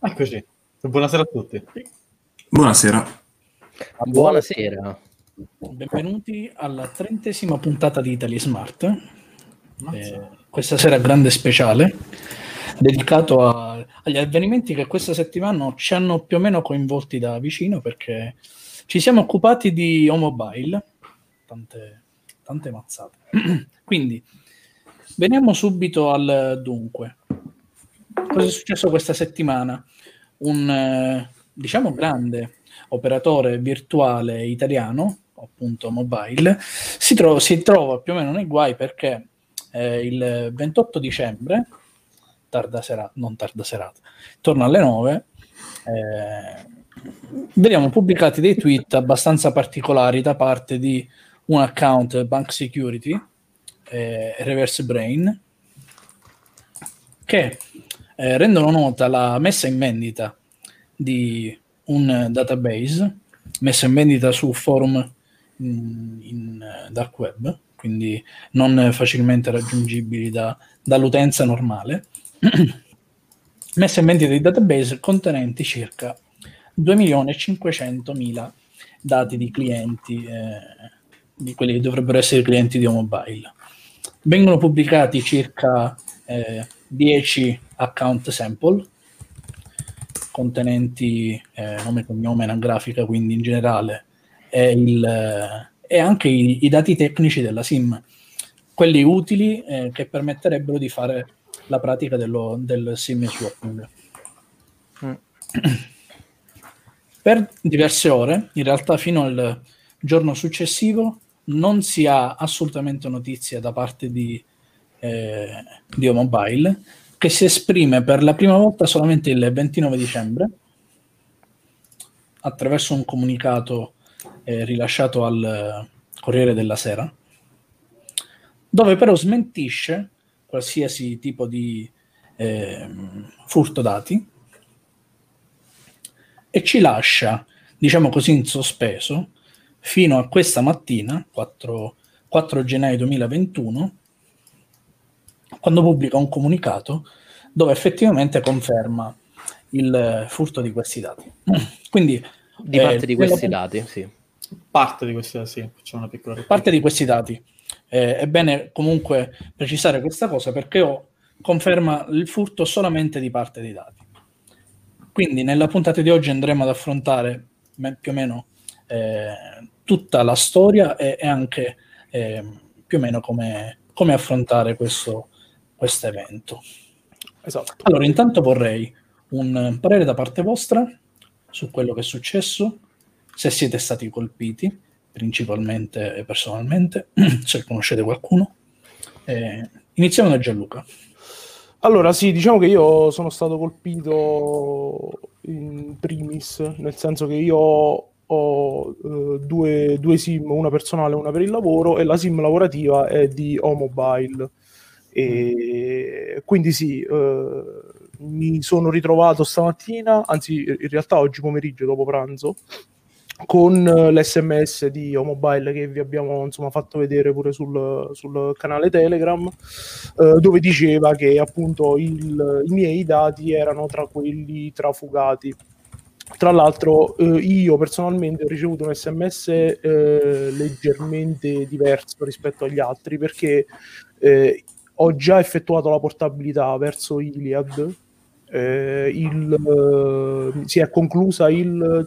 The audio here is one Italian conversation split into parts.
Eccoci, buonasera a tutti. Buonasera. Buonasera. Benvenuti alla 30ª puntata di Italy Smart. Questa sera grande speciale dedicato agli avvenimenti che questa settimana ci hanno più o meno coinvolti da vicino, perché ci siamo occupati di O-Mobile, tante mazzate. Quindi veniamo subito al dunque. Cosa è successo questa settimana? Un diciamo grande operatore virtuale italiano, appunto mobile, si trova più o meno nei guai perché il 28 dicembre, non tarda serata, intorno alle 9, vediamo pubblicati dei tweet abbastanza particolari da parte di un account Bank Security, Reverse Brain, che rendono nota la messa in vendita di un database messo in vendita su forum in dark web, quindi non facilmente raggiungibili dall'utenza normale, messa in vendita di database contenenti circa 2.500.000 dati di clienti, di quelli che dovrebbero essere clienti di O-Mobile. Vengono pubblicati circa 10 account sample contenenti nome e cognome, anagrafica, quindi in generale, e anche i dati tecnici della SIM, quelli utili che permetterebbero di fare la pratica del SIM swapping. Per diverse ore, in realtà fino al giorno successivo, non si ha assolutamente notizia da parte di O-Mobile, che si esprime per la prima volta solamente il 29 dicembre attraverso un comunicato rilasciato al Corriere della Sera, dove però smentisce qualsiasi tipo di furto dati e ci lascia, diciamo così, in sospeso fino a questa mattina, 4 gennaio 2021, quando pubblica un comunicato dove effettivamente conferma il furto di questi dati. Quindi di parte di questi dati, sì. Parte di questi dati, sì, facciamo una piccola replica. Parte di questi dati. È bene comunque precisare questa cosa, perché conferma il furto solamente di parte dei dati. Quindi nella puntata di oggi andremo ad affrontare più o meno tutta la storia e anche più o meno come affrontare questo evento. Esatto. Allora, intanto vorrei un parere da parte vostra su quello che è successo, se siete stati colpiti principalmente e personalmente, se conoscete qualcuno. Iniziamo da Gianluca. Allora sì, diciamo che io sono stato colpito in primis, nel senso che io ho due SIM, una personale e una per il lavoro, e la SIM lavorativa è di O-Mobile. E quindi sì, mi sono ritrovato stamattina, anzi in realtà oggi pomeriggio dopo pranzo, con l'SMS di O-Mobile che vi abbiamo insomma fatto vedere pure sul canale Telegram, dove diceva che appunto i miei dati erano tra quelli trafugati. Tra l'altro io personalmente ho ricevuto un SMS leggermente diverso rispetto agli altri, perché ho già effettuato la portabilità verso Iliad, si è conclusa il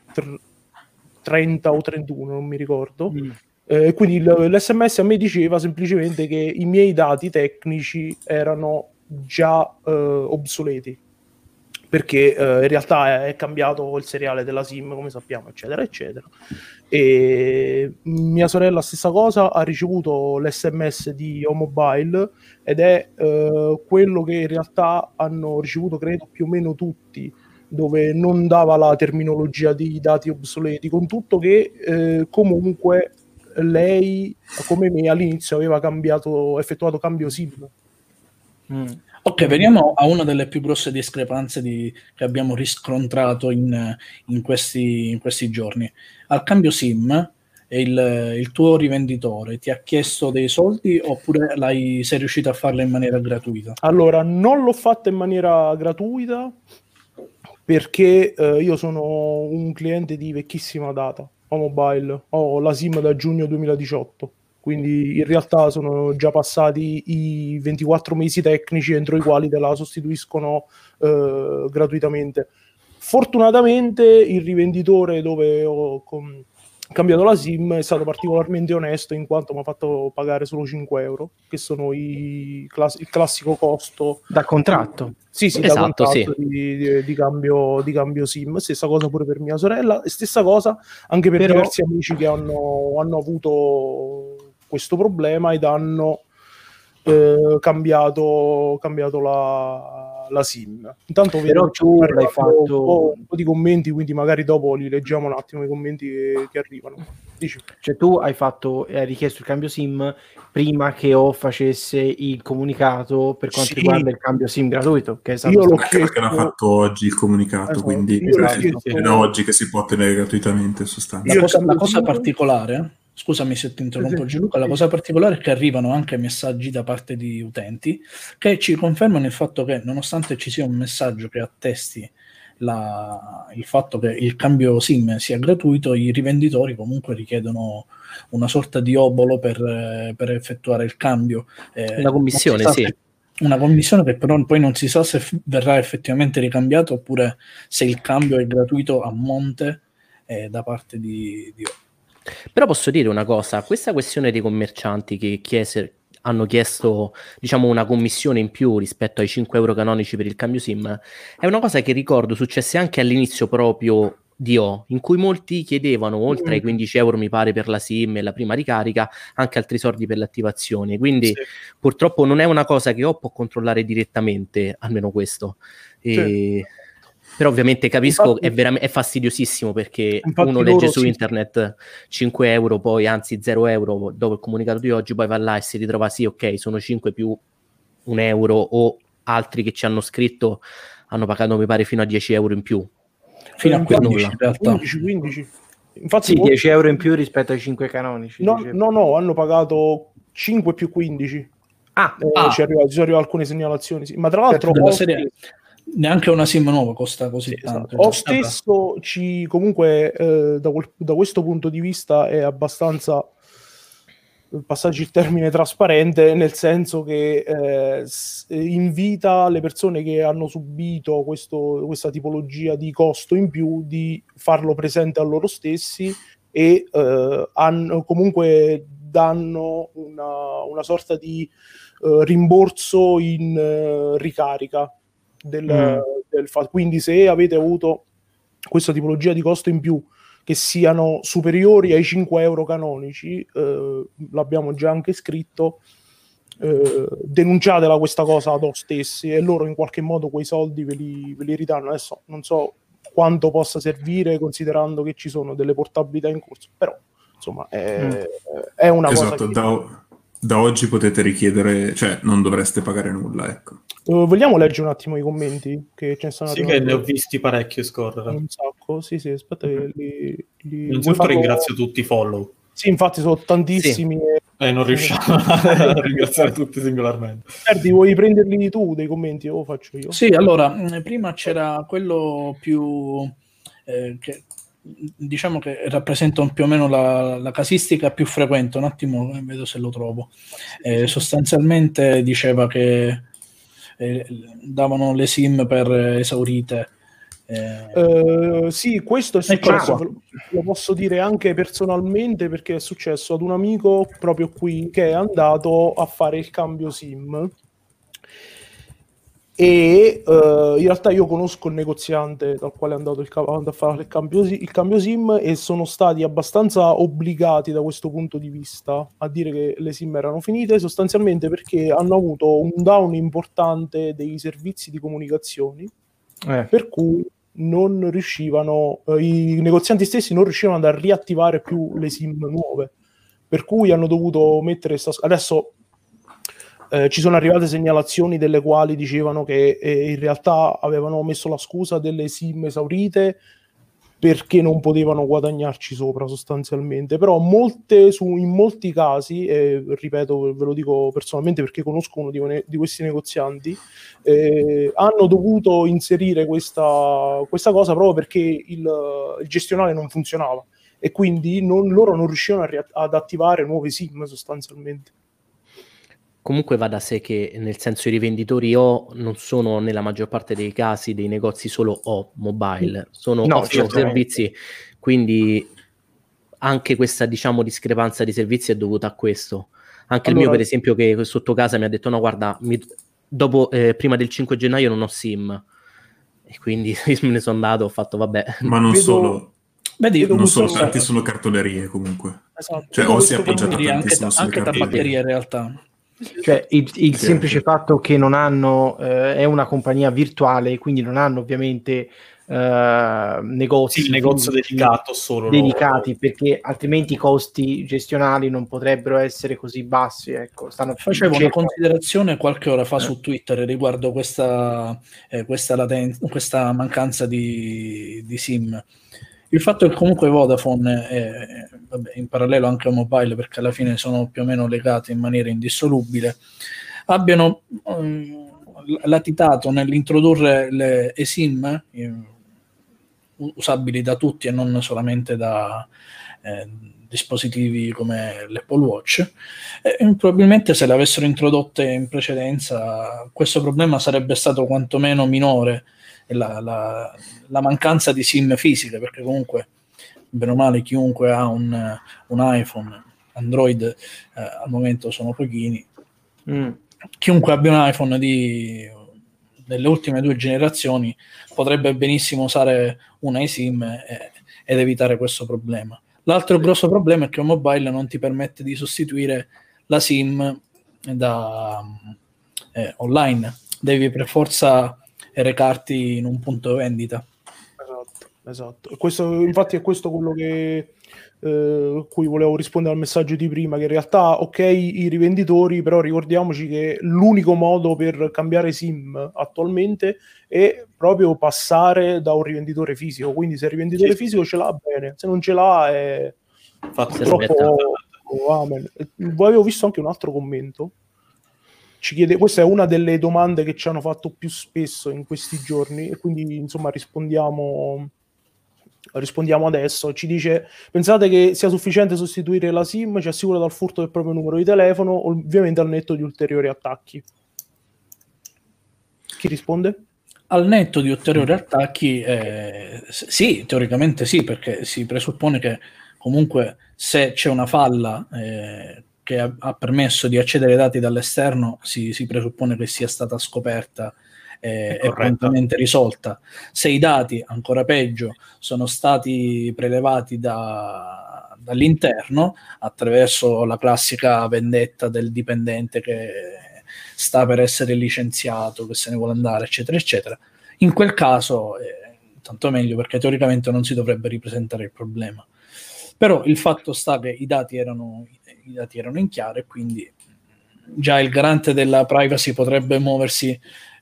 30 o 31, non mi ricordo. Quindi l'SMS a me diceva semplicemente che i miei dati tecnici erano già obsoleti, perché in realtà è cambiato il seriale della SIM, come sappiamo, eccetera, eccetera. E mia sorella, stessa cosa, ha ricevuto l'SMS di O-Mobile ed è quello che in realtà hanno ricevuto, credo, più o meno tutti, dove non dava la terminologia di dati obsoleti, con tutto che comunque lei, come me, all'inizio aveva effettuato cambio SIM. Ok, veniamo a una delle più grosse discrepanze che abbiamo riscontrato in questi giorni. Al cambio SIM, il tuo rivenditore ti ha chiesto dei soldi oppure sei riuscito a farlo in maniera gratuita? Allora, non l'ho fatta in maniera gratuita, perché io sono un cliente di vecchissima data, ho mobile, ho la SIM da giugno 2018, quindi in realtà sono già passati i 24 mesi tecnici entro i quali te la sostituiscono gratuitamente. Fortunatamente il rivenditore dove ho cambiato la SIM è stato particolarmente onesto, in quanto mi ha fatto pagare solo 5 euro, che sono il classico costo da contratto. Sì, Esatto, da contratto sì. di cambio SIM. Stessa cosa pure per mia sorella, e stessa cosa anche per Però- diversi amici che hanno avuto questo problema ed hanno cambiato la SIM. Intanto Però vedo che tu arrivano l'hai fatto- un po' di commenti, quindi magari dopo li leggiamo un attimo i commenti che arrivano. Dici. Cioè tu hai richiesto il cambio SIM prima che O facesse il comunicato per quanto Sì. riguarda il cambio SIM gratuito, che è stato Io l'ho Anche perché l'ha chiesto. fatto oggi il comunicato, Esatto. quindi Io l'ho è chiesto- da oggi che si può ottenere gratuitamente in sostanza. Io- La cosa particolare, scusami se ti interrompo Sì. Gianluca, la cosa particolare è che arrivano anche messaggi da parte di utenti che ci confermano il fatto che, nonostante ci sia un messaggio che attesti il fatto che il cambio SIM sia gratuito, i rivenditori comunque richiedono una sorta di obolo per effettuare il cambio. Una commissione, non si sa sì. una commissione che però poi non si sa se verrà effettivamente ricambiato oppure se il cambio è gratuito a monte da parte di Però posso dire una cosa, questa questione dei commercianti che hanno chiesto, diciamo, una commissione in più rispetto ai 5 euro canonici per il cambio SIM, è una cosa che ricordo successe anche all'inizio proprio di O, in cui molti chiedevano, oltre ai 15 euro mi pare per la SIM e la prima ricarica, anche altri soldi per l'attivazione. Quindi Sì. purtroppo non è una cosa che O può controllare direttamente, almeno questo. Però ovviamente capisco, Infatti- è fastidiosissimo perché Infatti uno legge loro su sì. internet 5 euro, poi anzi 0 euro dopo il comunicato di oggi, poi va là e si ritrova sì, ok, sono 5 più 1 euro, o altri che ci hanno scritto hanno pagato mi pare fino a 10 euro in più. fino a Infatti- 15 in realtà. 15. Infatti Sì, molti- 10 euro in più rispetto ai 5 canonici. No, dicevo. no, hanno pagato 5 più 15. Ah, Ci sono arrivate alcune segnalazioni, sì. Ma tra l'altro Della ho serie neanche una SIM nuova costa così sì, tanto. esatto. O stesso comunque da questo punto di vista è abbastanza, passaggi il termine, trasparente, nel senso che invita le persone che hanno subito questa tipologia di costo in più di farlo presente a loro stessi e comunque danno una sorta di rimborso in ricarica quindi se avete avuto questa tipologia di costo in più che siano superiori ai 5 euro canonici, l'abbiamo già anche scritto, denunciatela questa cosa ad O stessi e loro in qualche modo quei soldi ve li ridanno. Adesso non so quanto possa servire considerando che ci sono delle portabilità in corso, però insomma è una Esatto, cosa che... da oggi potete richiedere, cioè non dovreste pagare nulla, ecco. Vogliamo leggere un attimo i commenti che ce ne stanno Sì, che ne ho visti parecchio scorrere. un sacco. Sì, aspetta che Innanzitutto ringrazio tutti i follow. Sì, infatti sono tantissimi. Non riusciamo a ringraziare tutti singolarmente. Ferdi, vuoi prenderli tu dei commenti o faccio io? Sì, allora, prima c'era quello più che diciamo che rappresenta più o meno la casistica più frequente. Un attimo, vedo se lo trovo. Sostanzialmente diceva che davano le SIM per esaurite. Sì, questo è Eccola successo, lo posso dire anche personalmente perché è successo ad un amico proprio qui che è andato a fare il cambio SIM e in realtà io conosco il negoziante dal quale è andato a fare il cambio SIM e sono stati abbastanza obbligati da questo punto di vista a dire che le SIM erano finite, sostanzialmente perché hanno avuto un down importante dei servizi di comunicazioni, per cui non riuscivano, i negozianti stessi non riuscivano a riattivare più le SIM nuove, per cui hanno dovuto mettere adesso ci sono arrivate segnalazioni delle quali dicevano che in realtà avevano messo la scusa delle SIM esaurite, perché non potevano guadagnarci sopra sostanzialmente. Però in molti casi, ripeto, ve lo dico personalmente perché conosco uno di questi negozianti, hanno dovuto inserire questa cosa proprio perché il gestionale non funzionava e quindi loro non riuscivano ad attivare nuove SIM sostanzialmente. Comunque va da sé che, nel senso, i rivenditori non sono nella maggior parte dei casi dei negozi solo mobile, sono offrono servizi, quindi anche questa, diciamo, discrepanza di servizi è dovuta a questo. Anche il mio, per esempio, che sotto casa mi ha detto no, guarda, prima del 5 gennaio non ho SIM, e quindi me ne sono andato, ho fatto vabbè. Ma non solo. Vedi, non solo, tanti sono cartolerie comunque. Esatto. Cioè, o si è appoggiato tantissimo anche tabaccheria in realtà. Cioè il semplice fatto che non hanno è una compagnia virtuale, quindi non hanno ovviamente negozi, il negozio dedicato solo dedicati, perché altrimenti i costi gestionali non potrebbero essere così bassi. Ecco, facevo una considerazione qualche ora fa su Twitter riguardo questa mancanza di SIM. Il fatto che comunque Vodafone, in parallelo anche a Mobile, perché alla fine sono più o meno legati in maniera indissolubile, abbiano latitato nell'introdurre le eSIM usabili da tutti e non solamente da dispositivi come l'Apple Watch, probabilmente se le avessero introdotte in precedenza questo problema sarebbe stato quantomeno minore, la mancanza di SIM fisiche, perché comunque bene o male chiunque ha un iPhone, Android al momento sono pochini, chiunque abbia un iPhone delle ultime 2 generazioni potrebbe benissimo usare una eSIM ed evitare questo problema. L'altro grosso problema è che un mobile non ti permette di sostituire la SIM da online, devi per forza recarti in un punto vendita. Esatto. Infatti è questo quello che cui volevo rispondere al messaggio di prima, che in realtà ok i rivenditori, però ricordiamoci che l'unico modo per cambiare SIM attualmente è proprio passare da un rivenditore fisico, quindi se il rivenditore fisico ce l'ha bene, se non ce l'ha è purtroppo amen. Avevo visto anche un altro commento, ci chiede, questa è una delle domande che ci hanno fatto più spesso in questi giorni e quindi insomma rispondiamo adesso. Ci dice: pensate che sia sufficiente sostituire la SIM? Ci assicura dal furto del proprio numero di telefono, ovviamente al netto di ulteriori attacchi. Chi risponde? Al netto di ulteriori attacchi, sì, teoricamente sì, perché si presuppone che comunque se c'è una falla che ha permesso di accedere ai dati dall'esterno, si presuppone che sia stata scoperta e prontamente risolta. Se i dati, ancora peggio, sono stati prelevati dall'interno attraverso la classica vendetta del dipendente che sta per essere licenziato, che se ne vuole andare, eccetera, eccetera, in quel caso tanto meglio, perché teoricamente non si dovrebbe ripresentare il problema. Però il fatto sta che i dati erano in chiaro e quindi già il garante della privacy potrebbe muoversi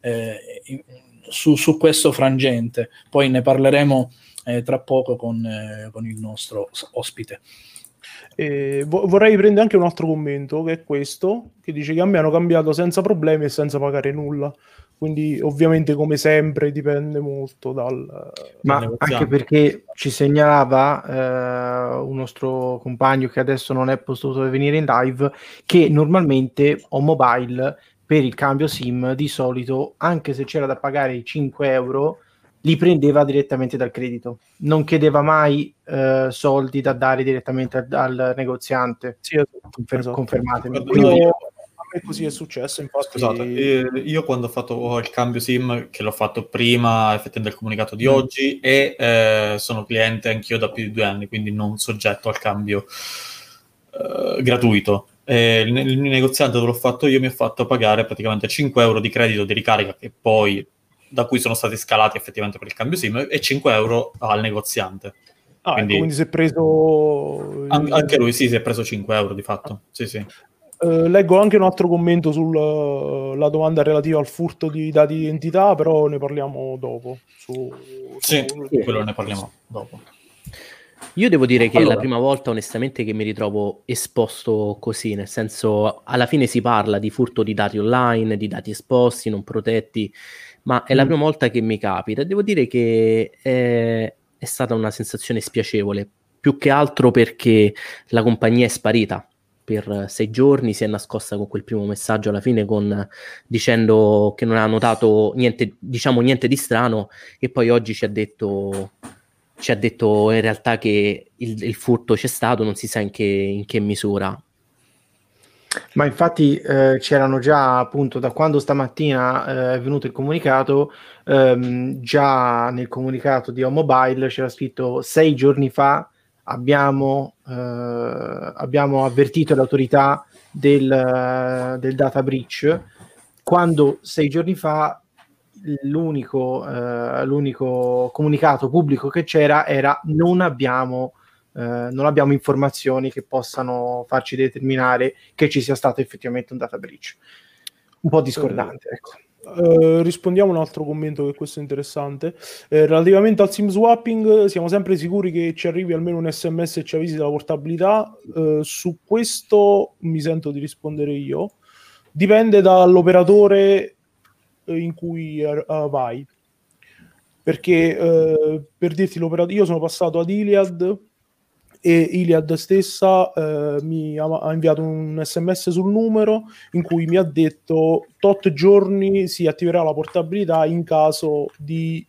su questo frangente. Poi ne parleremo tra poco con il nostro ospite. Vorrei prendere anche un altro commento, che è questo, che dice che a me hanno cambiato senza problemi e senza pagare nulla. Quindi ovviamente, come sempre, dipende molto ma anche perché ci segnalava un nostro compagno che adesso non è potuto venire in live, che normalmente o mobile per il cambio SIM di solito, anche se c'era da pagare i 5 euro, li prendeva direttamente dal credito, non chiedeva mai soldi da dare direttamente al negoziante. Sì, esatto. Confermatemi. E così è successo, infatti. Scusate, io quando ho fatto il cambio SIM, che l'ho fatto prima effettuando il comunicato di oggi, e sono cliente anch'io da più di 2 anni, quindi non soggetto al cambio gratuito. Il negoziante dove l'ho fatto io mi ha fatto pagare praticamente 5 euro di credito di ricarica, che poi da cui sono stati scalati effettivamente per il cambio SIM, e 5 euro al negoziante. Quindi si è preso anche lui si è preso 5 euro di fatto. Sì. Leggo anche un altro commento sulla domanda relativa al furto di dati di identità, però ne parliamo dopo. Quello ne parliamo dopo. Io devo dire che è la prima volta onestamente che mi ritrovo esposto così, nel senso, alla fine si parla di furto di dati online, di dati esposti, non protetti, ma è la prima volta che mi capita. Devo dire che è stata una sensazione spiacevole, più che altro perché la compagnia è sparita. Per 6 giorni si è nascosta con quel primo messaggio alla fine dicendo che non ha notato niente, diciamo niente di strano, e poi oggi ci ha detto in realtà che il furto c'è stato, non si sa in che misura. Ma infatti c'erano già, appunto, da quando stamattina è venuto il comunicato, già nel comunicato di O-Mobile c'era scritto 6 giorni fa abbiamo avvertito l'autorità del data breach, quando 6 giorni fa l'unico comunicato pubblico che c'era era non abbiamo informazioni che possano farci determinare che ci sia stato effettivamente un data breach. Un po' discordante, ecco. Rispondiamo a un altro commento, che questo è interessante. Relativamente al SIM swapping, siamo sempre sicuri che ci arrivi almeno un SMS e ci avvisi della portabilità? Su questo mi sento di rispondere io. Dipende dall'operatore in cui vai, perché per dirti l'operatore, io sono passato ad Iliad e Iliad stessa mi ha inviato un SMS sul numero in cui mi ha detto tot giorni si attiverà la portabilità in caso di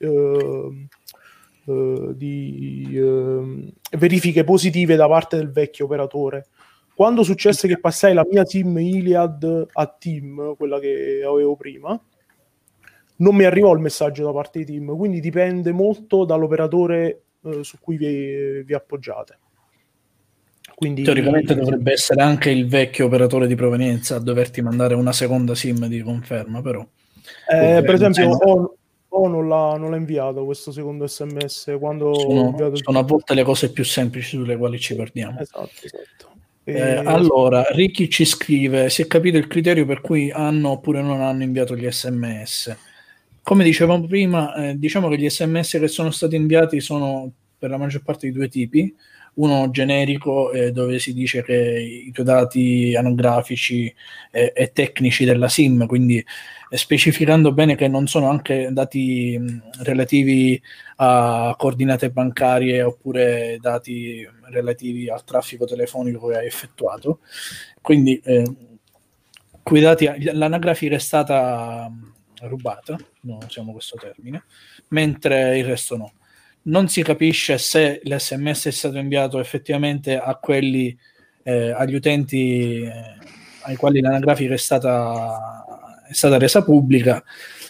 verifiche positive da parte del vecchio operatore. Quando successe che passai la mia team Iliad a team, quella che avevo prima, non mi arrivò il messaggio da parte di team, quindi dipende molto dall'operatore su cui vi appoggiate. Quindi, teoricamente dovrebbe essere anche il vecchio operatore di provenienza a doverti mandare una seconda SIM di conferma, però per esempio O non l'ha inviato questo secondo SMS quando sono a volte le cose più semplici sulle quali ci perdiamo. Esatto. Allora Ricky ci scrive: si è capito il criterio per cui hanno oppure non hanno inviato gli SMS? Come dicevamo prima, diciamo che gli SMS che sono stati inviati sono per la maggior parte di due tipi. Uno generico, dove si dice che i tuoi dati anagrafici e tecnici della SIM, quindi specificando bene che non sono anche dati relativi a coordinate bancarie oppure dati relativi al traffico telefonico che hai effettuato. Quindi quei dati, l'anagrafica è stata rubata, non usiamo questo termine, mentre il resto no. Non si capisce se l'SMS è stato inviato effettivamente a quelli, agli utenti ai quali l'anagrafica è stata resa pubblica,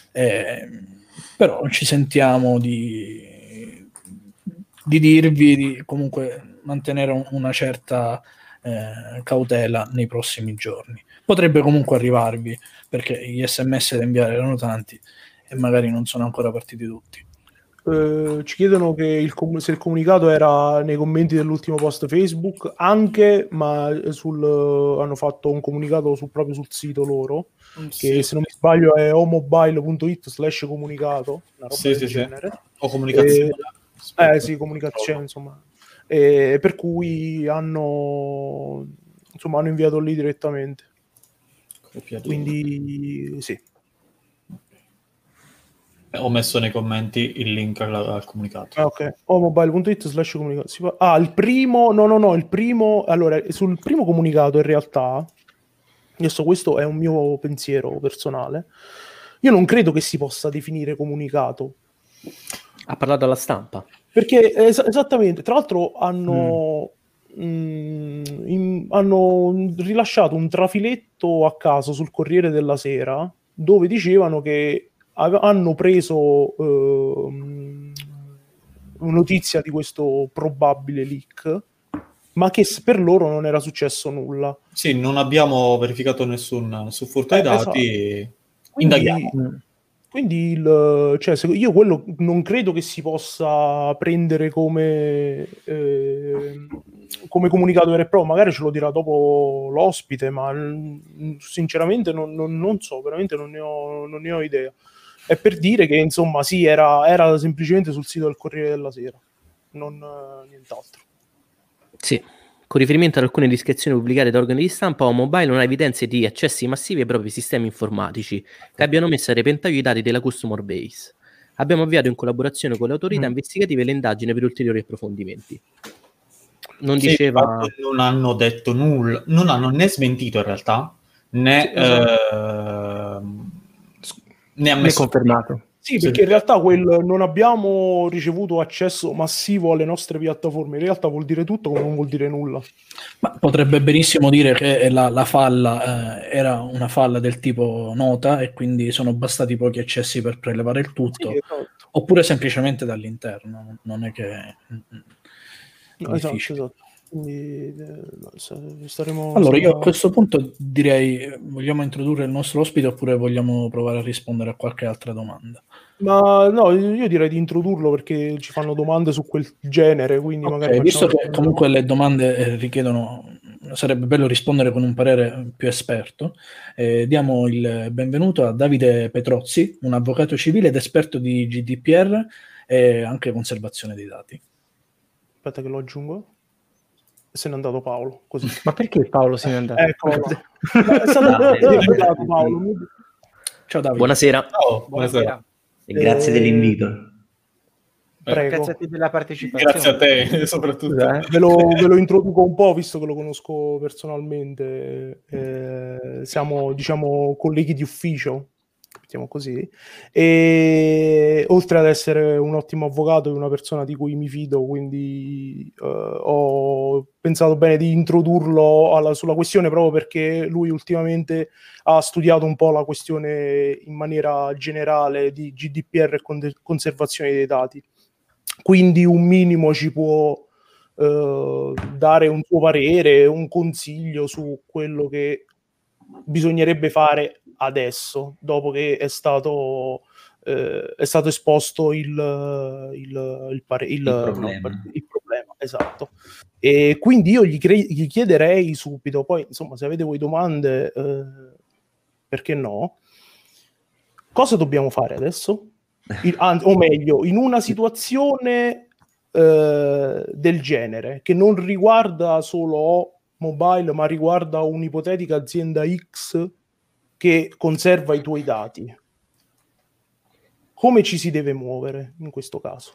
però ci sentiamo di dirvi di comunque mantenere una certa cautela nei prossimi giorni. Potrebbe comunque arrivarvi, perché gli SMS da inviare erano tanti e magari non sono ancora partiti tutti. Ci chiedono che se il comunicato era nei commenti dell'ultimo post Facebook, anche, ma hanno fatto un comunicato proprio sul sito loro, che se non mi sbaglio è omobile.it/comunicato, una roba del genere. O comunicazione. Sì, comunicazione, insomma. Per cui hanno inviato lì direttamente. Quindi sì. Ho messo nei commenti il link al comunicato. Ok, omobile.it/comunicato. Il primo, no, il primo, allora, sul primo comunicato in realtà, adesso questo è un mio pensiero personale, io non credo che si possa definire comunicato. Ha parlato alla stampa. Perché, esattamente, tra l'altro hanno rilasciato un trafiletto a caso sul Corriere della Sera, dove dicevano che hanno preso notizia di questo probabile leak, ma che per loro non era successo nulla. Sì, non abbiamo verificato nessun furto ai dati. Esatto. Indaghiamo. Quindi io quello non credo che si possa prendere come come comunicato vero e proprio, magari ce lo dirà dopo l'ospite, ma sinceramente non so, veramente non ne ho idea. È per dire che insomma sì, era semplicemente sul sito del Corriere della Sera, non nient'altro. Sì, con riferimento ad alcune descrizioni pubblicate da organi di stampa, Mobile non ha evidenze di accessi massivi ai propri sistemi informatici che abbiano messo a repentaglio i dati della customer base. Abbiamo avviato in collaborazione con le autorità investigative l'indagine per ulteriori approfondimenti. Non sì, diceva... non hanno detto nulla, non hanno né smentito in realtà, né né confermato. Sì, perché in realtà non abbiamo ricevuto accesso massivo alle nostre piattaforme, in realtà vuol dire tutto come non vuol dire nulla. Ma potrebbe benissimo dire che la falla era una falla del tipo nota e quindi sono bastati pochi accessi per prelevare il tutto, sì, esatto. Oppure semplicemente dall'interno, non è che... No, esatto. Quindi, staremo... Allora, io a questo punto direi, vogliamo introdurre il nostro ospite oppure vogliamo provare a rispondere a qualche altra domanda? Ma no, io direi di introdurlo perché ci fanno domande su quel genere, quindi magari visto che comunque le domande richiedono, sarebbe bello rispondere con un parere più esperto, diamo il benvenuto a Davide Petrozzi, un avvocato civile ed esperto di GDPR e anche conservazione dei dati. Aspetta che lo aggiungo. Se n'è andato Paolo, così. Ma perché Paolo se n'è andato? Ecco, Paolo. Ciao Davide. Buonasera. Ciao, buonasera. E grazie dell'invito. Prego. Grazie a te della partecipazione. Grazie a te, soprattutto. Ve lo introduco un po', visto che lo conosco personalmente. Siamo, diciamo, colleghi di ufficio, mettiamo così. E oltre ad essere un ottimo avvocato e una persona di cui mi fido, quindi ho pensato bene di introdurlo sulla questione proprio perché lui ultimamente ha studiato un po' la questione in maniera generale di GDPR e conservazione dei dati. Quindi un minimo ci può dare un suo parere, un consiglio su quello che bisognerebbe fare adesso, dopo che è stato esposto il problema, esatto. E quindi io gli chiederei subito, poi insomma se avete voi domande, perché no, cosa dobbiamo fare adesso? O meglio, in una situazione del genere, che non riguarda solo Mobile, ma riguarda un'ipotetica azienda X che conserva i tuoi dati. Come ci si deve muovere in questo caso?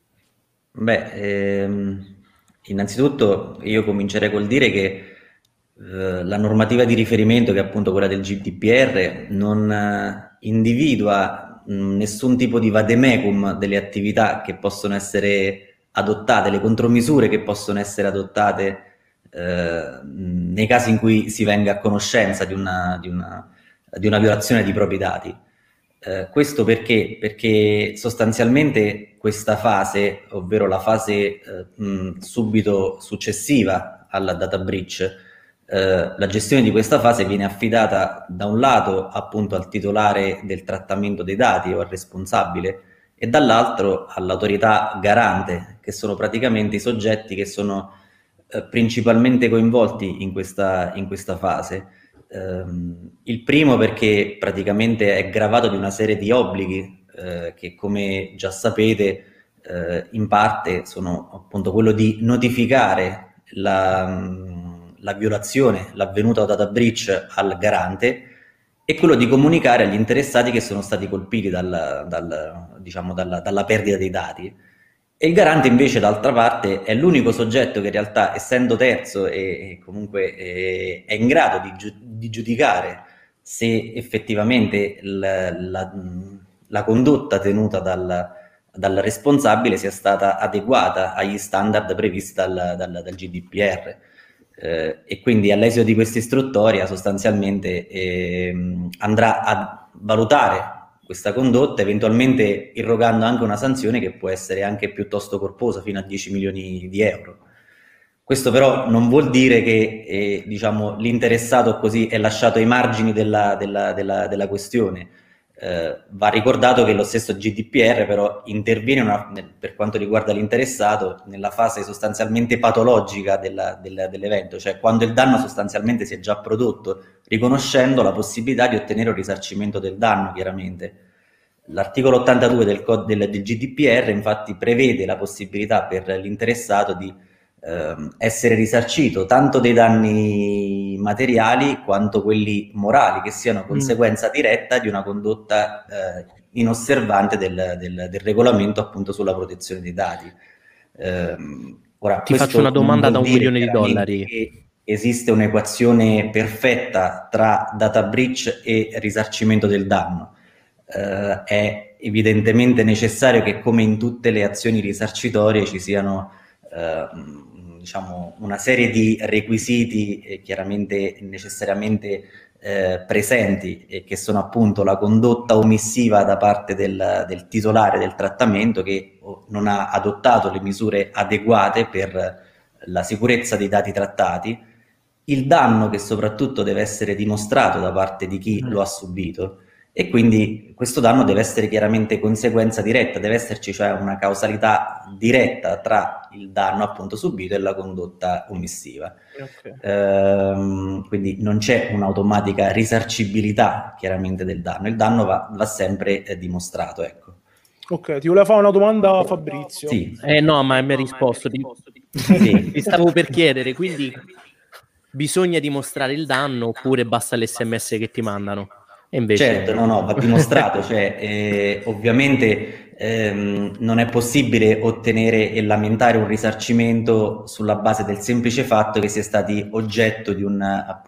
Beh, innanzitutto io comincerei col dire che la normativa di riferimento, che è appunto quella del GDPR, non individua nessun tipo di vademecum delle attività che possono essere adottate, le contromisure che possono essere adottate nei casi in cui si venga a conoscenza di una violazione di propri dati. Questo perché? Perché sostanzialmente questa fase, ovvero la fase subito successiva alla data breach, la gestione di questa fase viene affidata da un lato appunto al titolare del trattamento dei dati o al responsabile e dall'altro all'autorità garante, che sono praticamente i soggetti che sono principalmente coinvolti in questa fase. Il primo perché praticamente è gravato di una serie di obblighi che, come già sapete, in parte sono appunto quello di notificare la violazione, l'avvenuta data breach al garante e quello di comunicare agli interessati che sono stati colpiti dalla perdita dei dati. E il garante invece, d'altra parte, è l'unico soggetto che in realtà, essendo terzo e comunque è in grado di giudicare se effettivamente la condotta tenuta dal responsabile sia stata adeguata agli standard previsti dal GDPR. E quindi all'esito di questa istruttoria sostanzialmente andrà a valutare questa condotta, eventualmente irrogando anche una sanzione che può essere anche piuttosto corposa, fino a 10 milioni di euro. Questo però non vuol dire che l'interessato così è lasciato ai margini della questione. Va ricordato che lo stesso GDPR però interviene per quanto riguarda l'interessato nella fase sostanzialmente patologica dell'evento, cioè quando il danno sostanzialmente si è già prodotto, riconoscendo la possibilità di ottenere un risarcimento del danno, chiaramente. L'articolo 82 del GDPR infatti prevede la possibilità per l'interessato di essere risarcito tanto dei danni materiali quanto quelli morali, che siano conseguenza diretta di una condotta inosservante del regolamento appunto sulla protezione dei dati. Ora, ti faccio una domanda da $1 milione. Che esiste un'equazione perfetta tra data breach e risarcimento del danno. È evidentemente necessario che, come in tutte le azioni risarcitorie, ci siano diciamo una serie di requisiti chiaramente necessariamente presenti, e che sono appunto la condotta omissiva da parte del titolare del trattamento, che non ha adottato le misure adeguate per la sicurezza dei dati trattati, il danno che soprattutto deve essere dimostrato da parte di chi lo ha subito, e quindi questo danno deve essere chiaramente conseguenza diretta, deve esserci cioè una causalità diretta tra il danno appunto subito e la condotta omissiva. Quindi non c'è un'automatica risarcibilità chiaramente del danno, il danno va sempre dimostrato, ecco. Ok, ti volevo fare una domanda, Fabrizio. Sì. No, ma mi hai risposto. Sì. Ti stavo per chiedere, quindi bisogna dimostrare il danno oppure basta l'SMS che ti mandano? E invece... Certo, no, va dimostrato, cioè ovviamente non è possibile ottenere e lamentare un risarcimento sulla base del semplice fatto che sia stati oggetto di una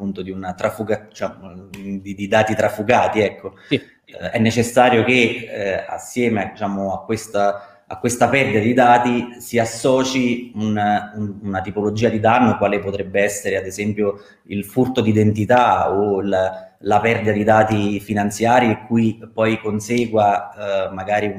di dati trafugati, ecco. Sì. È necessario che assieme, diciamo, a questa perdita di dati si associ una tipologia di danno, quale potrebbe essere ad esempio il furto d'identità o la perdita di dati finanziari, cui poi consegua magari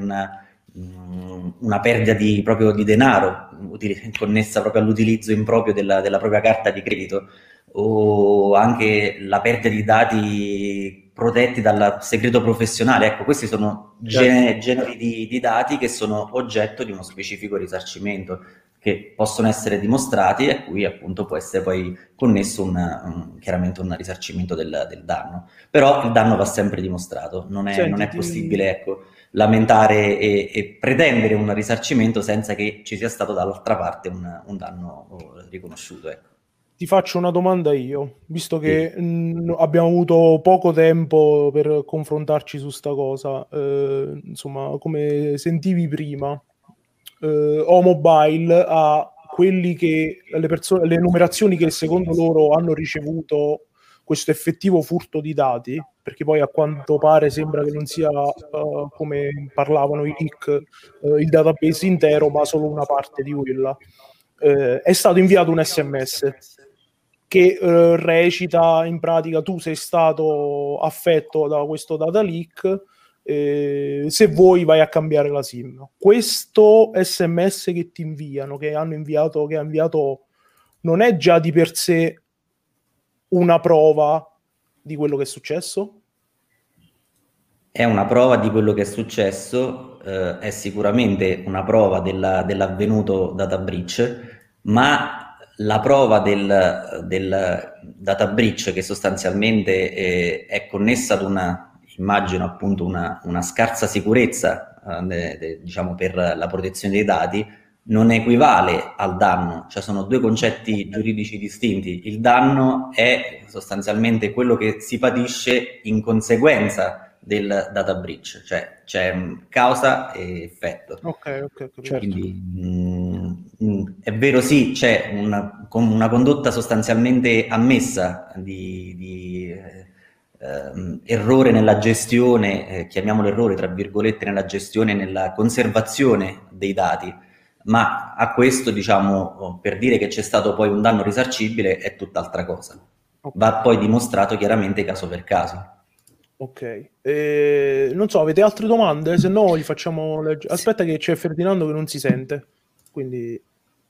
una perdita proprio di denaro connessa proprio all'utilizzo improprio della propria carta di credito, o anche la perdita di dati protetti dal segreto professionale. Ecco, questi sono generi di dati che sono oggetto di uno specifico risarcimento, che possono essere dimostrati e a cui appunto può essere poi connesso chiaramente un risarcimento del danno. Però il danno va sempre dimostrato, non è possibile, ecco, lamentare e pretendere un risarcimento senza che ci sia stato dall'altra parte un danno riconosciuto, ecco. Ti faccio una domanda io, visto che abbiamo avuto poco tempo per confrontarci su sta cosa. Insomma, come sentivi prima, O-Mobile ha quelli che le numerazioni che secondo loro hanno ricevuto questo effettivo furto di dati, perché poi a quanto pare sembra che non sia come parlavano i leak il database intero, ma solo una parte di quella. È stato inviato un SMS che recita in pratica: tu sei stato affetto da questo data leak, se vuoi vai a cambiare la SIM. Questo SMS che ti inviano, che ha inviato, non è già di per sé una prova di quello che è successo? È una prova di quello che è successo, è sicuramente una prova dell'avvenuto data breach, ma la prova del data breach, che sostanzialmente è connessa ad immagino appunto una scarsa sicurezza diciamo per la protezione dei dati, non equivale al danno, cioè sono due concetti giuridici distinti. Il danno è sostanzialmente quello che si patisce in conseguenza del data breach, cioè c'è causa e effetto. Ok, certo. Quindi è vero, sì, c'è una condotta sostanzialmente ammessa di errore nella gestione, chiamiamolo errore tra virgolette, nella gestione e nella conservazione dei dati, ma a questo, diciamo, per dire che c'è stato poi un danno risarcibile è tutt'altra cosa. Va poi dimostrato chiaramente caso per caso. Ok, non so, avete altre domande? Se no gli facciamo leggere. Aspetta che c'è Ferdinando che non si sente, quindi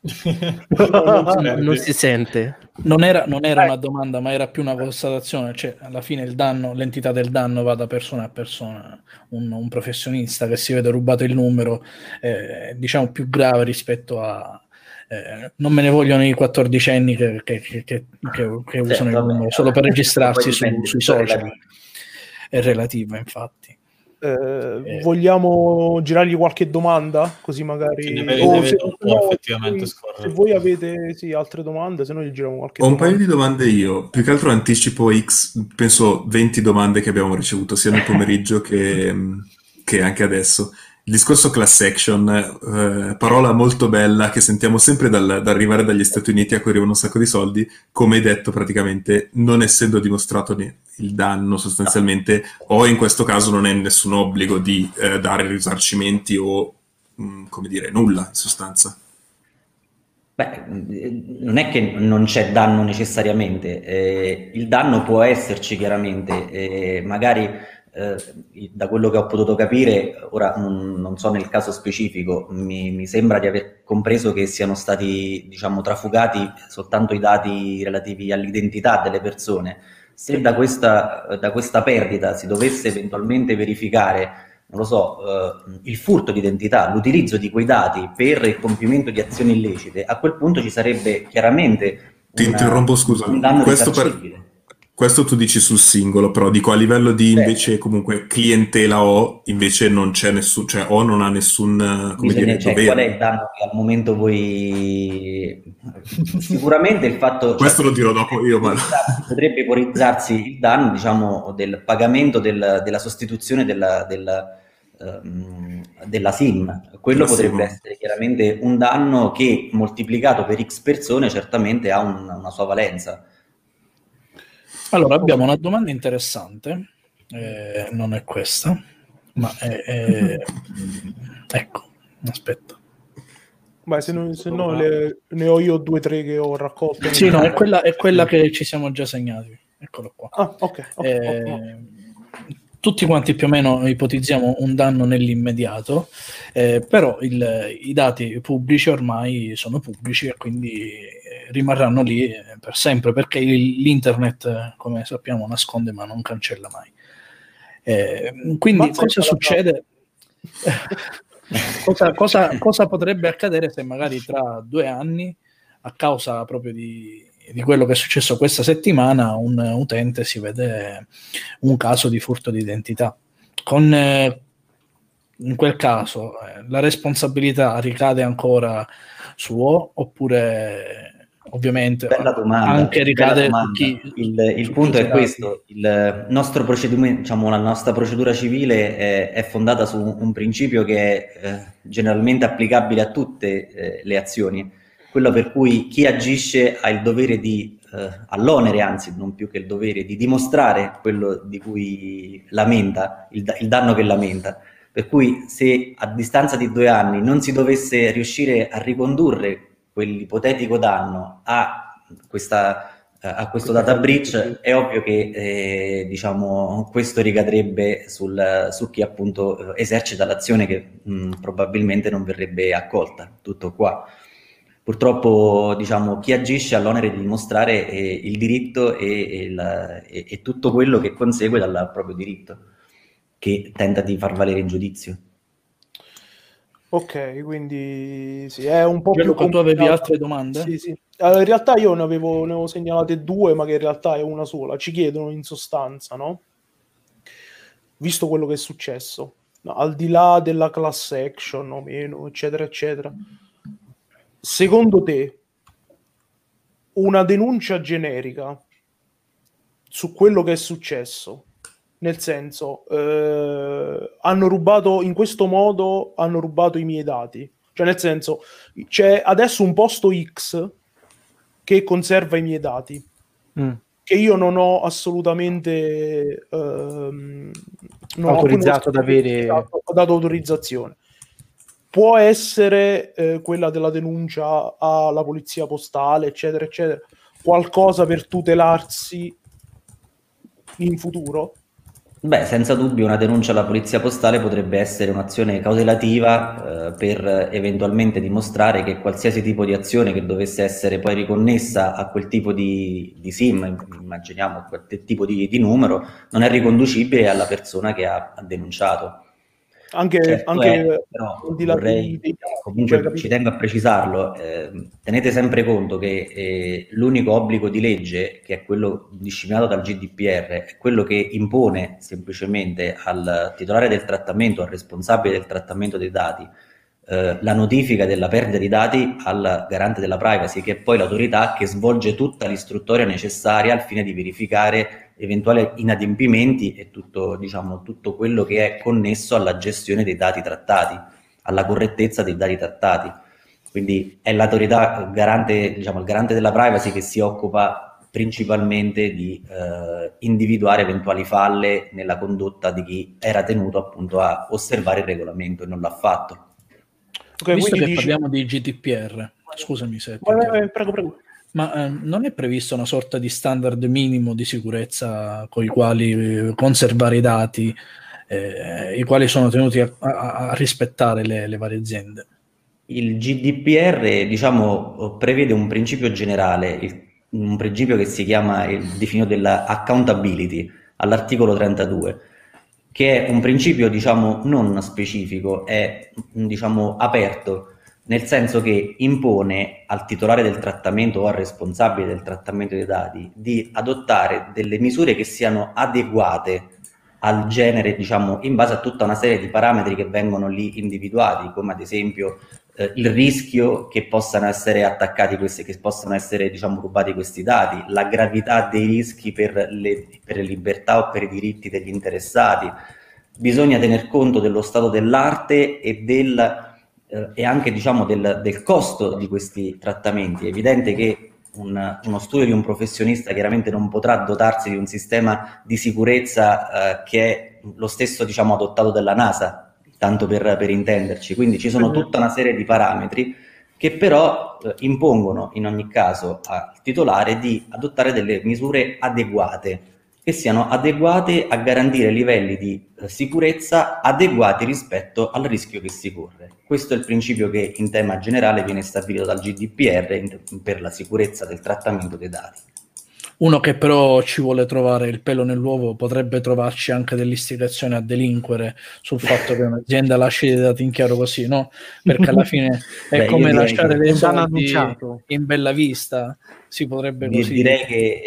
Non si sente. Non era una domanda, ma era più una constatazione. Cioè, alla fine il danno, l'entità del danno va da persona a persona. Un professionista che si vede rubato il numero, diciamo, più grave rispetto a... non me ne vogliono i 14enni che usano il numero solo per registrarsi sui social. È relativa, infatti. Vogliamo girargli qualche domanda? Così magari... effettivamente se voi avete altre domande, se no gli giriamo qualche Ho un domanda. paio di domande io. Più che altro anticipo penso 20 domande che abbiamo ricevuto sia nel pomeriggio che anche adesso. Il discorso class action, parola molto bella che sentiamo sempre dall'arrivare dagli Stati Uniti, a cui arrivano un sacco di soldi. Come hai detto, praticamente, non essendo dimostrato il danno sostanzialmente, o in questo caso non è nessun obbligo di dare risarcimenti o, come dire, nulla in sostanza. Beh, non è che non c'è danno necessariamente, il danno può esserci chiaramente, magari da quello che ho potuto capire, ora non so nel caso specifico, mi sembra di aver compreso che siano stati, diciamo, trafugati soltanto i dati relativi all'identità delle persone. Se da questa perdita si dovesse eventualmente verificare, non lo so, il furto di identità, l'utilizzo di quei dati per il compimento di azioni illecite, a quel punto ci sarebbe chiaramente Ti interrompo, scusa. un danno risarcibile. Questo tu dici sul singolo, però dico a livello di invece comunque clientela invece non c'è nessun, cioè non ha nessun dovere. Qual è il danno che al momento voi... Sicuramente il fatto... Questo lo dirò dopo io, ma... Potrebbe ipotizzarsi il danno, diciamo, del pagamento della sostituzione della SIM. Quello potrebbe essere chiaramente un danno che moltiplicato per X persone certamente ha una sua valenza. Allora, abbiamo una domanda interessante, non è questa, ma ecco, aspetta. Beh, se no ne ho io 2 o 3 che ho raccolto. Sì, no, è quella che ci siamo già segnati. Eccolo qua. Ah, ok. Tutti quanti più o meno ipotizziamo un danno nell'immediato, però i dati pubblici ormai sono pubblici e quindi rimarranno lì per sempre, perché l'internet, come sappiamo, nasconde ma non cancella mai. Quindi cosa succede? cosa potrebbe accadere se magari tra 2 anni, a causa proprio di quello che è successo questa settimana, un utente si vede un caso di furto di identità? In quel caso la responsabilità ricade ancora suo, oppure ovviamente anche ricade su chi... Il punto è questo: il nostro procedimento, diciamo, la nostra procedura civile è fondata su un principio che è generalmente applicabile a tutte le azioni, quello per cui chi agisce ha il dovere all'onere, anzi non più che il dovere, di dimostrare quello di cui lamenta, il danno che lamenta. Per cui se a distanza di 2 anni non si dovesse riuscire a ricondurre quell'ipotetico danno a questo data breach, è ovvio che diciamo, questo ricadrebbe su chi appunto esercita l'azione che probabilmente non verrebbe accolta. Tutto qua. Purtroppo, diciamo, chi agisce ha l'onere di dimostrare il diritto e tutto quello che consegue dal proprio diritto, che tenta di far valere in giudizio. Ok, quindi sì, è un po' più complicato. Tu avevi altre domande? Sì. Allora, in realtà io ne avevo segnalate 2, ma che in realtà è una sola. Ci chiedono in sostanza, no? Visto quello che è successo, no, al di là della class action o meno, eccetera, eccetera, secondo te una denuncia generica su quello che è successo, nel senso, hanno rubato in questo modo, hanno rubato i miei dati, cioè nel senso, c'è adesso un posto X che conserva i miei dati, che io non ho assolutamente autorizzato ad avere, ho dato autorizzazione. Può essere quella della denuncia alla polizia postale, eccetera, eccetera, qualcosa per tutelarsi in futuro? Beh, senza dubbio una denuncia alla polizia postale potrebbe essere un'azione cautelativa per eventualmente dimostrare che qualsiasi tipo di azione che dovesse essere poi riconnessa a quel tipo di SIM, immaginiamo quel tipo di numero, non è riconducibile alla persona che ha denunciato. Anche Però di là vorrei, dei comunque cioè, ci tengo a precisarlo, tenete sempre conto che l'unico obbligo di legge, che è quello disciplinato dal GDPR, è quello che impone semplicemente al titolare del trattamento, al responsabile del trattamento dei dati, la notifica della perdita di dati al garante della privacy, che è poi l'autorità che svolge tutta l'istruttoria necessaria al fine di verificare eventuali inadempimenti e tutto, diciamo, tutto quello che è connesso alla gestione dei dati trattati, alla correttezza dei dati trattati. Quindi è l'autorità garante, diciamo, il garante della privacy che si occupa principalmente di individuare eventuali falle nella condotta di chi era tenuto appunto a osservare il regolamento e non l'ha fatto. Okay, visto che parliamo di GDPR, scusami se... Prego. Ma non è previsto una sorta di standard minimo di sicurezza con i quali conservare i dati, i quali sono tenuti a rispettare le varie aziende? Il GDPR, diciamo, prevede un principio generale, un principio che si chiama il definito della accountability, all'articolo 32, che è un principio, diciamo, non specifico, è, diciamo, aperto, nel senso che impone al titolare del trattamento o al responsabile del trattamento dei dati di adottare delle misure che siano adeguate al genere, diciamo, in base a tutta una serie di parametri che vengono lì individuati, come ad esempio il rischio che possano essere attaccati questi, che possano essere, diciamo, rubati questi dati, la gravità dei rischi per le libertà o per i diritti degli interessati. Bisogna tener conto dello stato dell'arte e anche, diciamo, del costo di questi trattamenti. È evidente che uno studio di un professionista chiaramente non potrà dotarsi di un sistema di sicurezza che è lo stesso, diciamo, adottato dalla NASA, tanto per intenderci. Quindi ci sono tutta una serie di parametri che però impongono in ogni caso al titolare di adottare delle misure adeguate, che siano adeguate a garantire livelli di sicurezza adeguati rispetto al rischio che si corre. Questo è il principio che in tema generale viene stabilito dal GDPR per la sicurezza del trattamento dei dati. Uno che però ci vuole trovare il pelo nell'uovo potrebbe trovarci anche dell'istigazione a delinquere sul fatto che un'azienda lasci dei dati in chiaro così, no? Perché alla fine è come lasciare dei soldi in bella vista, si potrebbe così. Direi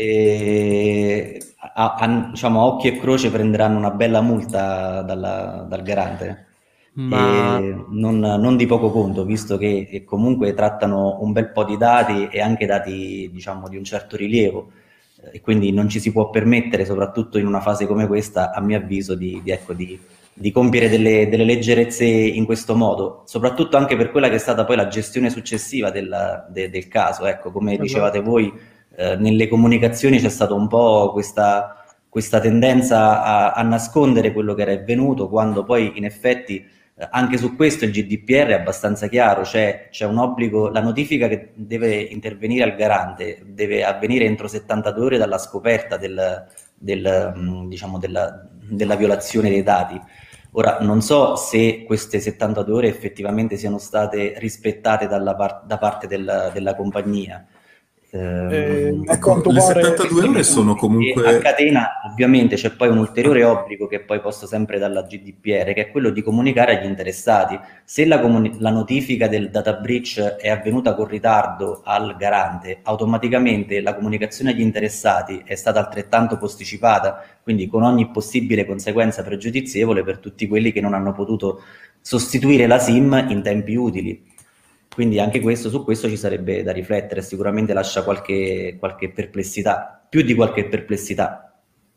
che diciamo, a occhio e croce prenderanno una bella multa dal garante. Ma non di poco conto, visto che comunque trattano un bel po' di dati e anche dati, diciamo, di un certo rilievo, e quindi non ci si può permettere, soprattutto in una fase come questa, a mio avviso, di compiere delle leggerezze in questo modo, soprattutto anche per quella che è stata poi la gestione successiva del caso. Ecco, come dicevate voi, nelle comunicazioni c'è stata un po' questa tendenza a nascondere quello che era avvenuto, quando poi in effetti anche su questo il GDPR è abbastanza chiaro, c'è un obbligo, la notifica che deve intervenire al garante deve avvenire entro 72 ore dalla scoperta diciamo, della violazione dei dati. Ora, non so se queste 72 ore effettivamente siano state rispettate da parte della compagnia. Ecco, le 72 ore sono comunque... A catena ovviamente c'è poi un ulteriore obbligo che è poi posto sempre dalla GDPR, che è quello di comunicare agli interessati. Se la notifica del data breach è avvenuta con ritardo al garante, automaticamente la comunicazione agli interessati è stata altrettanto posticipata, quindi con ogni possibile conseguenza pregiudizievole per tutti quelli che non hanno potuto sostituire la SIM in tempi utili. Quindi anche su questo ci sarebbe da riflettere, sicuramente lascia qualche perplessità, più di qualche perplessità.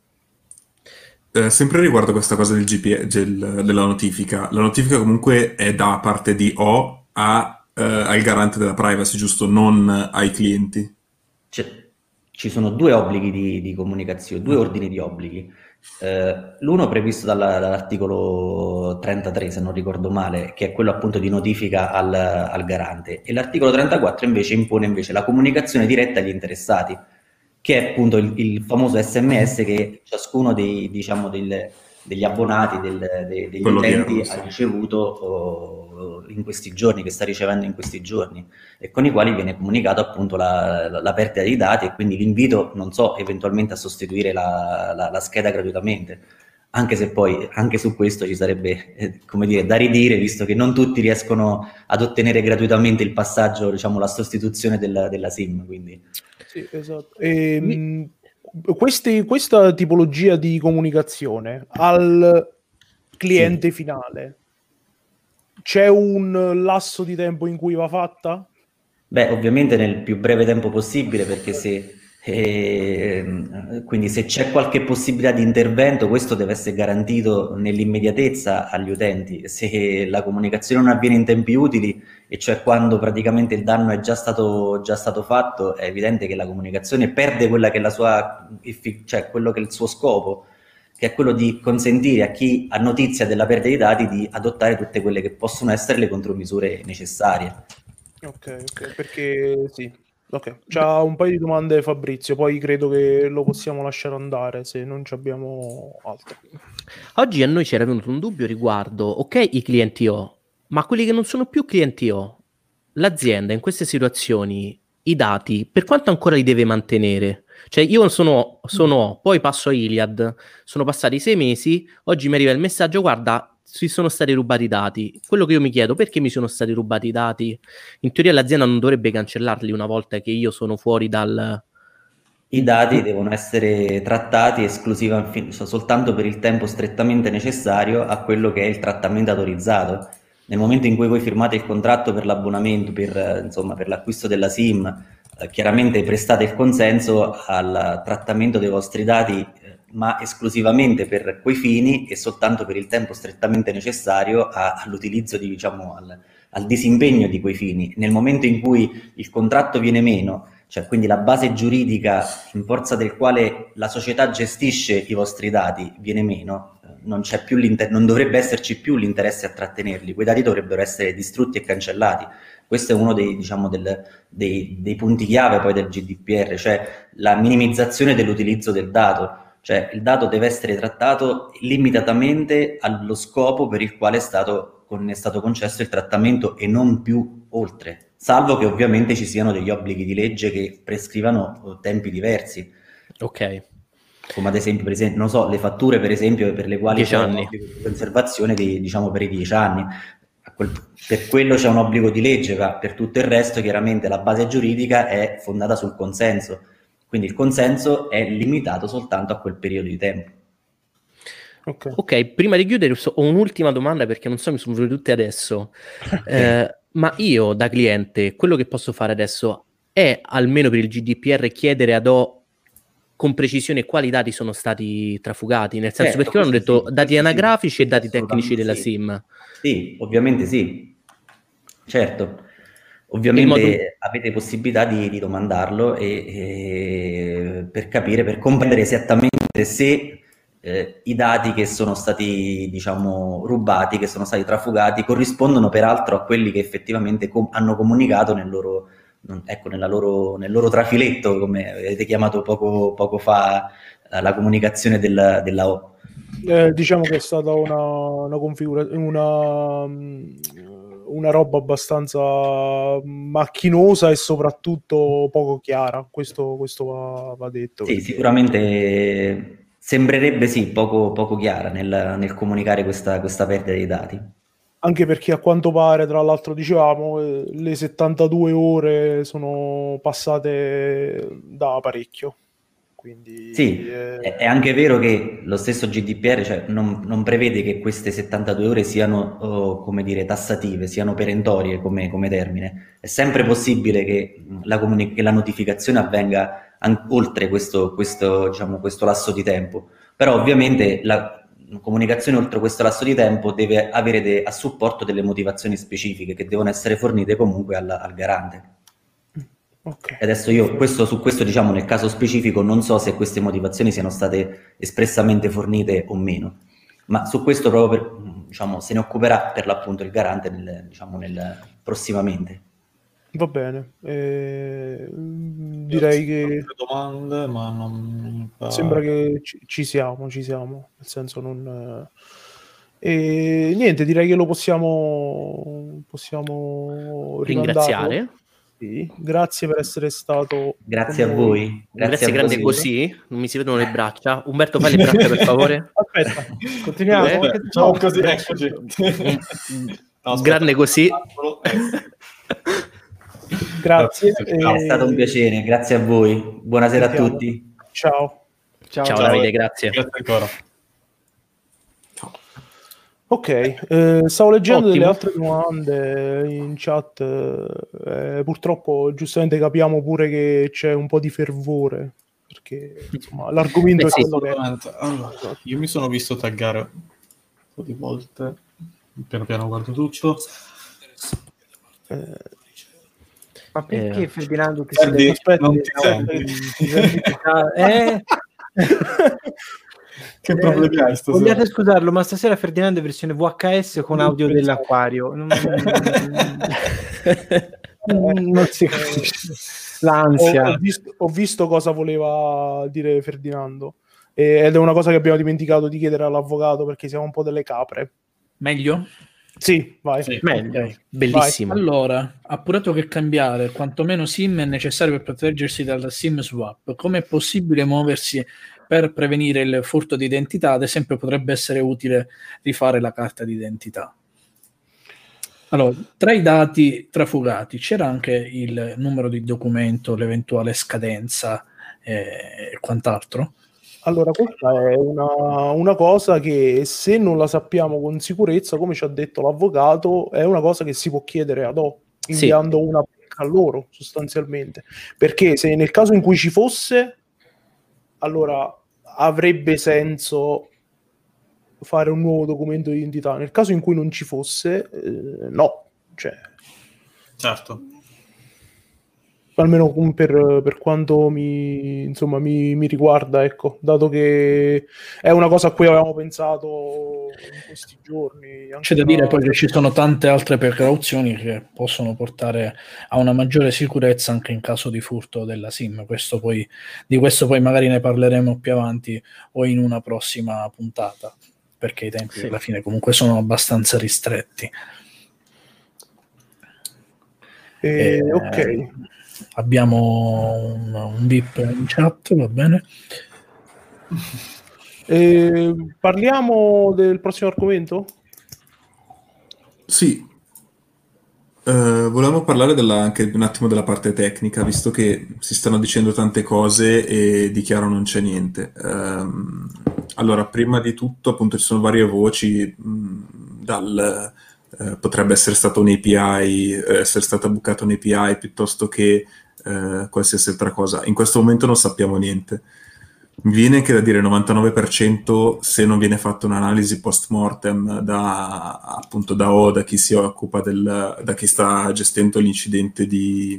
Sempre riguardo questa cosa della notifica, la notifica comunque è da parte di al garante della privacy, giusto? Non ai clienti. Ci sono due obblighi di comunicazione, due ordini di obblighi. L'uno previsto dall'articolo 33, se non ricordo male, che è quello appunto di notifica al garante, e l'articolo 34 invece impone la comunicazione diretta agli interessati, che è appunto il famoso SMS che ciascuno degli abbonati, degli utenti ha ricevuto in questi giorni, che sta ricevendo in questi giorni, e con i quali viene comunicato appunto la perdita dei dati, e quindi l'invito, non so, eventualmente a sostituire la scheda gratuitamente. Anche se poi anche su questo ci sarebbe come dire, da ridire, visto che non tutti riescono ad ottenere gratuitamente il passaggio, diciamo, la sostituzione della SIM. Quindi. Sì, esatto. Questa tipologia di comunicazione al cliente finale, c'è un lasso di tempo in cui va fatta? Beh, ovviamente nel più breve tempo possibile, perché quindi se c'è qualche possibilità di intervento, questo deve essere garantito nell'immediatezza agli utenti. Se la comunicazione non avviene in tempi utili, e cioè quando praticamente il danno è già stato fatto, è evidente che la comunicazione perde quella che è la sua, cioè quello che è il suo scopo, che è quello di consentire a chi ha notizia della perdita dei dati di adottare tutte quelle che possono essere le contromisure necessarie. Ok, perché sì. Ok, c'ha un paio di domande Fabrizio, poi credo che lo possiamo lasciare andare se non ci abbiamo altro. Oggi a noi c'era venuto un dubbio riguardo, ok, i clienti O, ma quelli che non sono più clienti O, l'azienda in queste situazioni, i dati, per quanto ancora li deve mantenere? Cioè io sono O, poi passo a Iliad, sono passati 6 mesi, oggi mi arriva il messaggio, guarda, si sono stati rubati i dati. Quello che io mi chiedo, perché mi sono stati rubati i dati? In teoria l'azienda non dovrebbe cancellarli una volta che io sono fuori dal... I dati devono essere trattati soltanto per il tempo strettamente necessario a quello che è il trattamento autorizzato. Nel momento in cui voi firmate il contratto per l'abbonamento, per l'acquisto della SIM, chiaramente prestate il consenso al trattamento dei vostri dati, ma esclusivamente per quei fini e soltanto per il tempo strettamente necessario all'utilizzo al disimpegno di quei fini. Nel momento in cui il contratto viene meno, cioè quindi la base giuridica in forza del quale la società gestisce i vostri dati viene meno, non dovrebbe esserci più l'interesse a trattenerli, quei dati dovrebbero essere distrutti e cancellati. Questo è uno dei punti chiave poi del GDPR, cioè la minimizzazione dell'utilizzo del dato. Cioè il dato deve essere trattato limitatamente allo scopo per il quale è stato concesso il trattamento e non più oltre, salvo che ovviamente ci siano degli obblighi di legge che prescrivano tempi diversi. Ok. Come ad esempio, non so, le fatture per esempio per le quali c'è un obbligo di conservazione per i 10 anni. Per quello c'è un obbligo di legge, ma per tutto il resto chiaramente la base giuridica è fondata sul consenso. Quindi il consenso è limitato soltanto a quel periodo di tempo. Ok, prima di chiudere ho un'ultima domanda perché non so, mi sono venute tutte adesso. Ma io da cliente, quello che posso fare adesso è, almeno per il GDPR, chiedere ad O con precisione quali dati sono stati trafugati? Nel senso, perché hanno detto dati anagrafici e dati tecnici della SIM. Sì, ovviamente sì. Certo. Ovviamente avete possibilità di domandarlo per capire, per comprendere esattamente se i dati che sono stati, rubati, che sono stati trafugati, corrispondono peraltro a quelli che effettivamente hanno comunicato nel loro trafiletto, come avete chiamato poco fa la comunicazione della O. Diciamo che è stata una roba abbastanza macchinosa e soprattutto poco chiara, questo va detto. Sì, sicuramente sembrerebbe poco chiara nel comunicare questa perdita dei dati. Anche perché a quanto pare, tra l'altro dicevamo, le 72 ore sono passate da parecchio. Quindi, sì, è anche vero che lo stesso GDPR non prevede che queste 72 ore siano, tassative, siano perentorie come termine. È sempre possibile che la notificazione avvenga oltre questo lasso di tempo, però ovviamente la comunicazione oltre questo lasso di tempo deve avere a supporto delle motivazioni specifiche che devono essere fornite comunque al garante. Okay. Adesso su questo nel caso specifico non so se queste motivazioni siano state espressamente fornite o meno, ma su questo proprio se ne occuperà per l'appunto il garante prossimamente. Va bene. Direi che domande, ma non sembra che ci siamo, nel senso non... E niente, direi che lo possiamo ringraziare. Sì. Grazie per essere stato. Grazie a voi. Grazie grande così. Non mi si vedono le braccia. Umberto, fai le braccia per favore. Aspetta, continuiamo. No, così, eccoci. Grande così. Grazie. È stato un piacere, grazie a voi. Buonasera a tutti. Ciao. Ciao Davide, grazie. Grazie ancora. Ok, stavo leggendo delle altre domande in chat. Purtroppo, giustamente, capiamo pure che c'è un po' di fervore perché insomma, l'argomento è quello che è. Allora, io mi sono visto taggare un po' di volte. Piano piano guardo tutto. Ma perché Ferdinando ti non ti senti? Che problemi hai stasera? Vogliate scusarlo, ma stasera Ferdinando è versione VHS con audio dell'acquario. Non si capisce. L'ansia. Ho visto cosa voleva dire Ferdinando ed è una cosa che abbiamo dimenticato di chiedere all'avvocato perché siamo un po' delle capre. Meglio? Sì, vai. Sì. Meglio. Okay. Bellissimo. Vai. Allora, appurato che cambiare quantomeno SIM è necessario per proteggersi dal SIM swap, come è possibile muoversi per prevenire il furto di identità? Ad esempio, potrebbe essere utile rifare la carta d'identità. Allora, tra i dati trafugati c'era anche il numero di documento, l'eventuale scadenza e quant'altro? Allora, questa è una cosa che se non la sappiamo con sicurezza, come ci ha detto l'avvocato, è una cosa che si può chiedere ad hoc, inviando una a loro sostanzialmente. Perché se nel caso in cui ci fosse, allora avrebbe senso fare un nuovo documento di identità. Nel caso in cui non ci fosse, no. Cioè, certo. Almeno per quanto mi riguarda, ecco, dato che è una cosa a cui avevamo pensato in questi giorni. C'è da dire poi che ci sono tante altre precauzioni che possono portare a una maggiore sicurezza anche in caso di furto della SIM. Di questo poi magari ne parleremo più avanti o in una prossima puntata, perché i tempi alla fine comunque sono abbastanza ristretti. Ok. Abbiamo un VIP in chat, va bene. Parliamo del prossimo argomento? Sì. Volevamo parlare anche un attimo della parte tecnica, visto che si stanno dicendo tante cose e di chiaro non c'è niente. Allora, prima di tutto, appunto, ci sono varie voci potrebbe essere stato un API, essere stata bucata un API piuttosto che qualsiasi altra cosa. In questo momento non sappiamo niente. Mi viene anche da dire 99% se non viene fatta un'analisi post-mortem da chi si occupa da chi sta gestendo l'incidente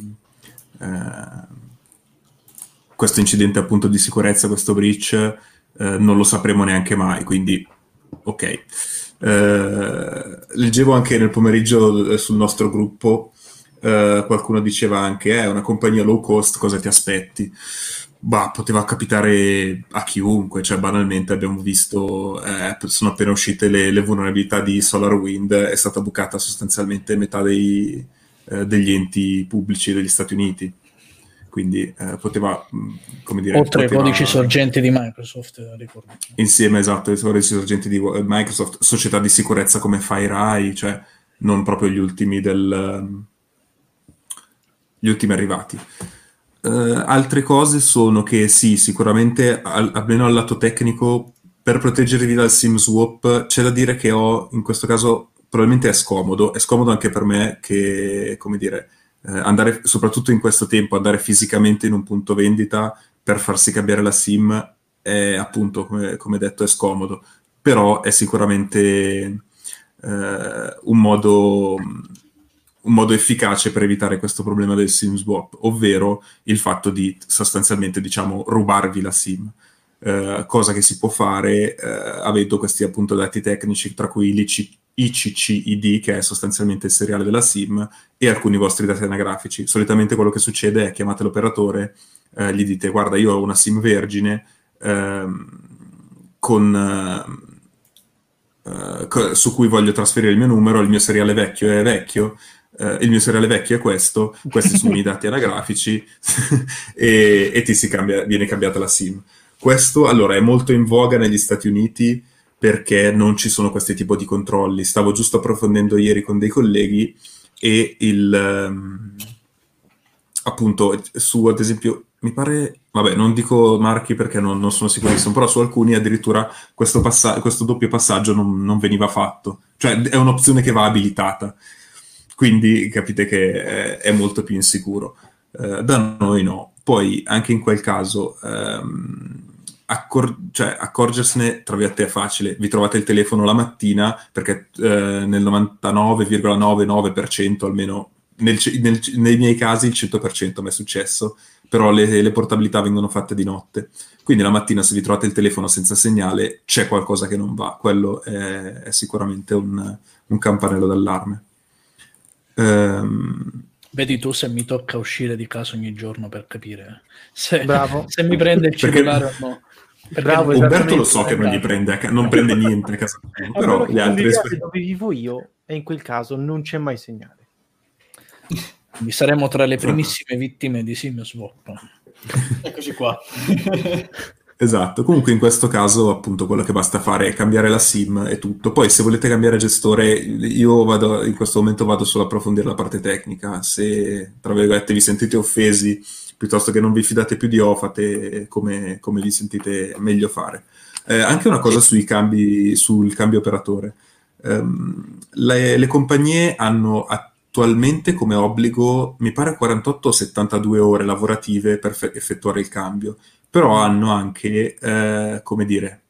questo incidente appunto di sicurezza, questo breach, non lo sapremo neanche mai, quindi ok. Leggevo anche nel pomeriggio sul nostro gruppo qualcuno diceva anche una compagnia low cost, cosa ti aspetti? Bah, poteva capitare a chiunque, cioè banalmente abbiamo visto sono appena uscite le vulnerabilità di SolarWind, è stata bucata sostanzialmente metà degli enti pubblici degli Stati Uniti, quindi poteva, come dire, oltre ai codici sorgenti di Microsoft, ricordo. Insieme, esatto, ai codici sorgenti di Microsoft, società di sicurezza come FireEye, cioè non proprio gli ultimi arrivati. Altre cose sono che sì, sicuramente almeno al lato tecnico, per proteggervi dal SIM swap c'è da dire che in questo caso probabilmente è scomodo anche per me che, come dire, andare, soprattutto in questo tempo, andare fisicamente in un punto vendita per farsi cambiare la SIM è appunto, come detto, è scomodo, però è sicuramente un modo efficace per evitare questo problema del SIM swap, ovvero il fatto di sostanzialmente, diciamo, rubarvi la SIM, cosa che si può fare avendo questi appunto dati tecnici, tra cui ICCID, che è sostanzialmente il seriale della SIM, e alcuni vostri dati anagrafici. Solitamente quello che succede è chiamate l'operatore, gli dite guarda io ho una SIM vergine su cui voglio trasferire il mio numero, il mio seriale vecchio è vecchio, il mio seriale vecchio è questo, questi sono i dati anagrafici e viene cambiata la SIM. Questo allora è molto in voga negli Stati Uniti perché non ci sono questi tipi di controlli. Stavo giusto approfondendo ieri con dei colleghi e appunto su, ad esempio, mi pare, vabbè, non dico marchi perché non sono sicurissimo, però su alcuni addirittura questo doppio passaggio non veniva fatto. Cioè è un'opzione che va abilitata. Quindi capite che è molto più insicuro. Da noi no. Poi anche in quel caso accorgersene tra virgolette è facile. Vi trovate il telefono la mattina perché nel 99,99% almeno nei miei casi il 100% mi è successo, però le portabilità vengono fatte di notte. Quindi la mattina se vi trovate il telefono senza segnale c'è qualcosa che non va. Quello è sicuramente un campanello d'allarme. Vedi tu se mi tocca uscire di casa ogni giorno per capire se mi prende il cellulare o no. Bravo, Umberto lo so che non gli prende, non prende niente a casa, però gli altri dove vivo io e in quel caso non c'è mai segnale. Quindi saremo tra le primissime vittime di SIM swap. Eccoci qua. Esatto, comunque in questo caso appunto quello che basta fare è cambiare la SIM e tutto. Poi se volete cambiare gestore, io in questo momento vado solo a approfondire la parte tecnica. Se tra virgolette vi sentite offesi piuttosto che non vi fidate più di O, fate come vi sentite meglio fare. Anche una cosa sul cambio operatore. Le compagnie hanno attualmente come obbligo, mi pare 48 o 72 ore lavorative per effettuare il cambio. Però hanno anche, come dire,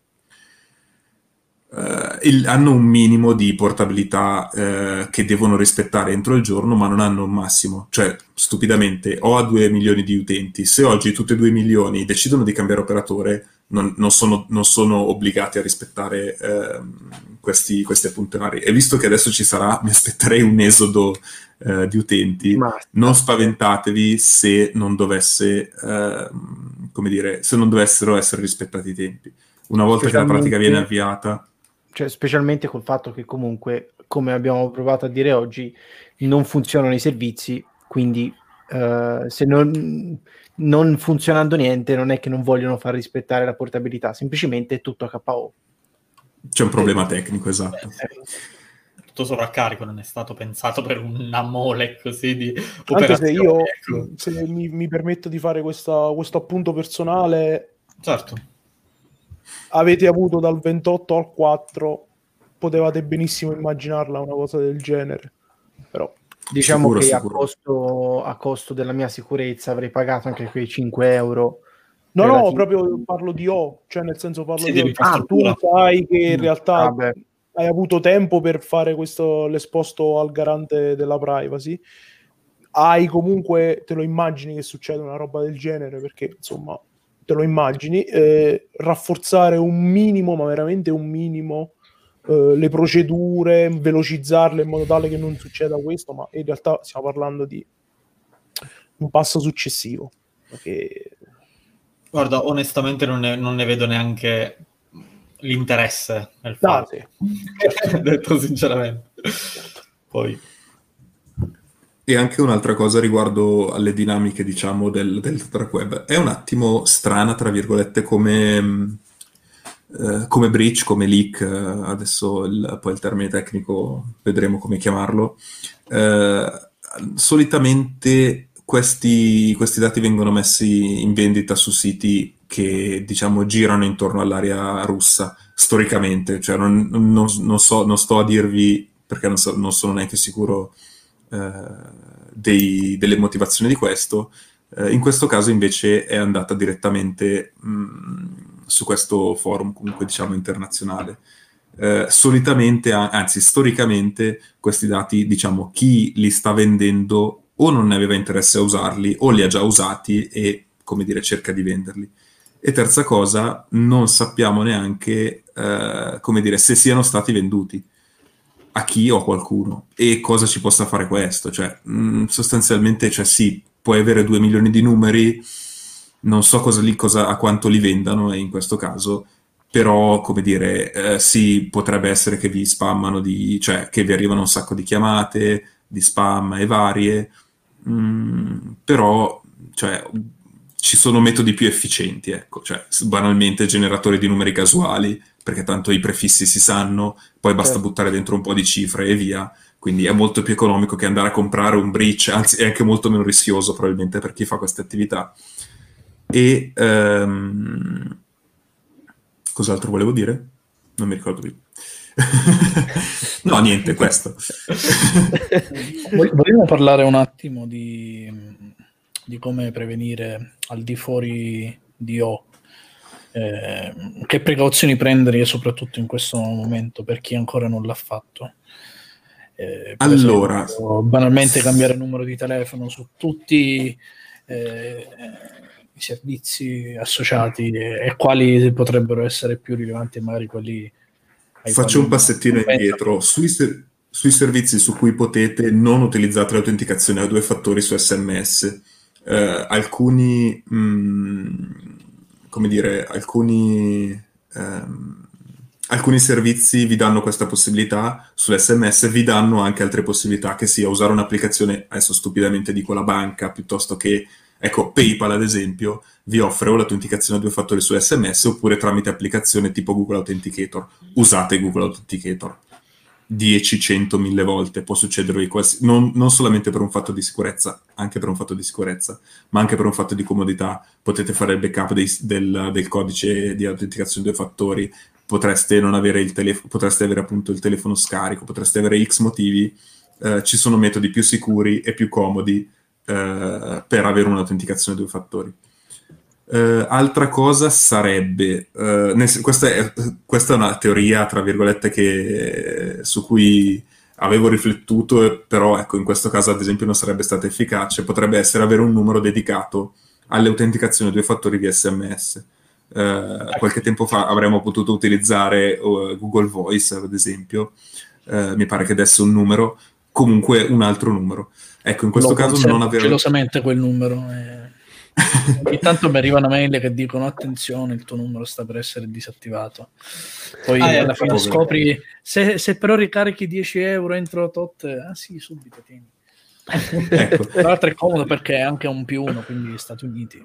hanno un minimo di portabilità che devono rispettare entro il giorno, ma non hanno un massimo. Cioè, stupidamente, ho a 2 milioni di utenti. Se oggi tutti e 2 milioni decidono di cambiare operatore, non sono obbligati a rispettare questi appuntamenti. E visto che adesso ci sarà, mi aspetterei un esodo di utenti. Non spaventatevi se non dovesse, come dire, se non dovessero essere rispettati i tempi. Una volta che la pratica viene avviata, cioè specialmente col fatto che comunque, come abbiamo provato a dire oggi, non funzionano i servizi, quindi se non funzionando niente non è che non vogliono far rispettare la portabilità, semplicemente è tutto a KO. C'è un problema tecnico, esatto. Tutto sovraccarico, non è stato pensato per una mole così di operazioni. Anche se io, se mi permetto di fare questo appunto personale, certo. Avete avuto dal 28 al 4, potevate benissimo immaginarla una cosa del genere, però diciamo che sicuro. A costo della mia sicurezza avrei pagato anche quei 5 euro. No, proprio parlo di O, cioè nel senso parlo di O. Tu sai che in realtà hai avuto tempo per fare l'esposto al garante della privacy, hai comunque, te lo immagini che succeda una roba del genere, perché insomma te lo immagini, rafforzare un minimo, ma veramente un minimo, le procedure, velocizzarle in modo tale che non succeda questo, ma in realtà stiamo parlando di un passo successivo. Perché... Guarda, onestamente non ne vedo neanche l'interesse nel fatto. Detto sinceramente. Poi... E anche un'altra cosa riguardo alle dinamiche, diciamo, del dark web. È un attimo strana, tra virgolette, come breach, come leak, adesso poi il termine tecnico vedremo come chiamarlo. Solitamente questi dati vengono messi in vendita su siti che, diciamo, girano intorno all'area russa, storicamente. Cioè non sto a dirvi, perché non sono neanche sicuro delle motivazioni di questo. In questo caso invece è andata direttamente su questo forum, comunque diciamo internazionale. Solitamente, anzi storicamente, questi dati, diciamo, chi li sta vendendo o non ne aveva interesse a usarli o li ha già usati e, come dire, cerca di venderli. E terza cosa, non sappiamo neanche come dire, se siano stati venduti. a chi o a qualcuno, e cosa ci possa fare questo. Cioè, sostanzialmente, cioè, sì, puoi avere 2 milioni di numeri, non so a quanto li vendano in questo caso, però, come dire, sì, potrebbe essere che vi spammano cioè, che vi arrivano un sacco di chiamate, di spam e varie, però, cioè, ci sono metodi più efficienti, ecco, cioè, banalmente generatori di numeri casuali, perché tanto i prefissi si sanno, poi basta buttare dentro un po' di cifre e via, quindi è molto più economico che andare a comprare un breach, anzi è anche molto meno rischioso probabilmente per chi fa queste attività. E cos'altro volevo dire? Non mi ricordo più. No, niente, questo. Vogliamo parlare un attimo di come prevenire al di fuori di O. Che precauzioni prendere soprattutto in questo momento per chi ancora non l'ha fatto? Allora, esempio, banalmente cambiare il numero di telefono su tutti i servizi associati e quali potrebbero essere più rilevanti, magari quelli. Faccio un passettino indietro. Sui servizi su cui potete, non utilizzate l'autenticazione a 2 fattori su SMS. Alcuni servizi vi danno questa possibilità, sull'SMS vi danno anche altre possibilità, che sia usare un'applicazione, adesso stupidamente dico la banca, piuttosto che, ecco, PayPal ad esempio, vi offre o l'autenticazione a 2 fattori su SMS oppure tramite applicazione tipo Google Authenticator. Usate Google Authenticator 10, 100, 1000 volte, può succedervi non solamente per un fatto di sicurezza, anche per un fatto di sicurezza, ma anche per un fatto di comodità. Potete fare il backup del codice di autenticazione 2 fattori, potreste non avere il telefono, potreste avere appunto il telefono scarico, potreste avere X motivi. Ci sono metodi più sicuri e più comodi per avere un'autenticazione a 2 fattori. Altra cosa sarebbe, questa è una teoria tra virgolette su cui avevo riflettuto, però ecco, in questo caso ad esempio non sarebbe stata efficace. Potrebbe essere avere un numero dedicato alle autenticazioni a 2 fattori via SMS. Qualche tempo fa avremmo potuto utilizzare Google Voice ad esempio, mi pare che desse un numero, comunque un altro numero. Ecco, in questo caso non avere gelosamente quel numero. Ogni tanto mi arrivano mail che dicono attenzione, il tuo numero sta per essere disattivato, poi alla fine scopri se però ricarichi 10 euro entro tot, sì, subito tieni. Ecco. Tra l'altro è comodo perché è anche un +1, quindi Stati Uniti.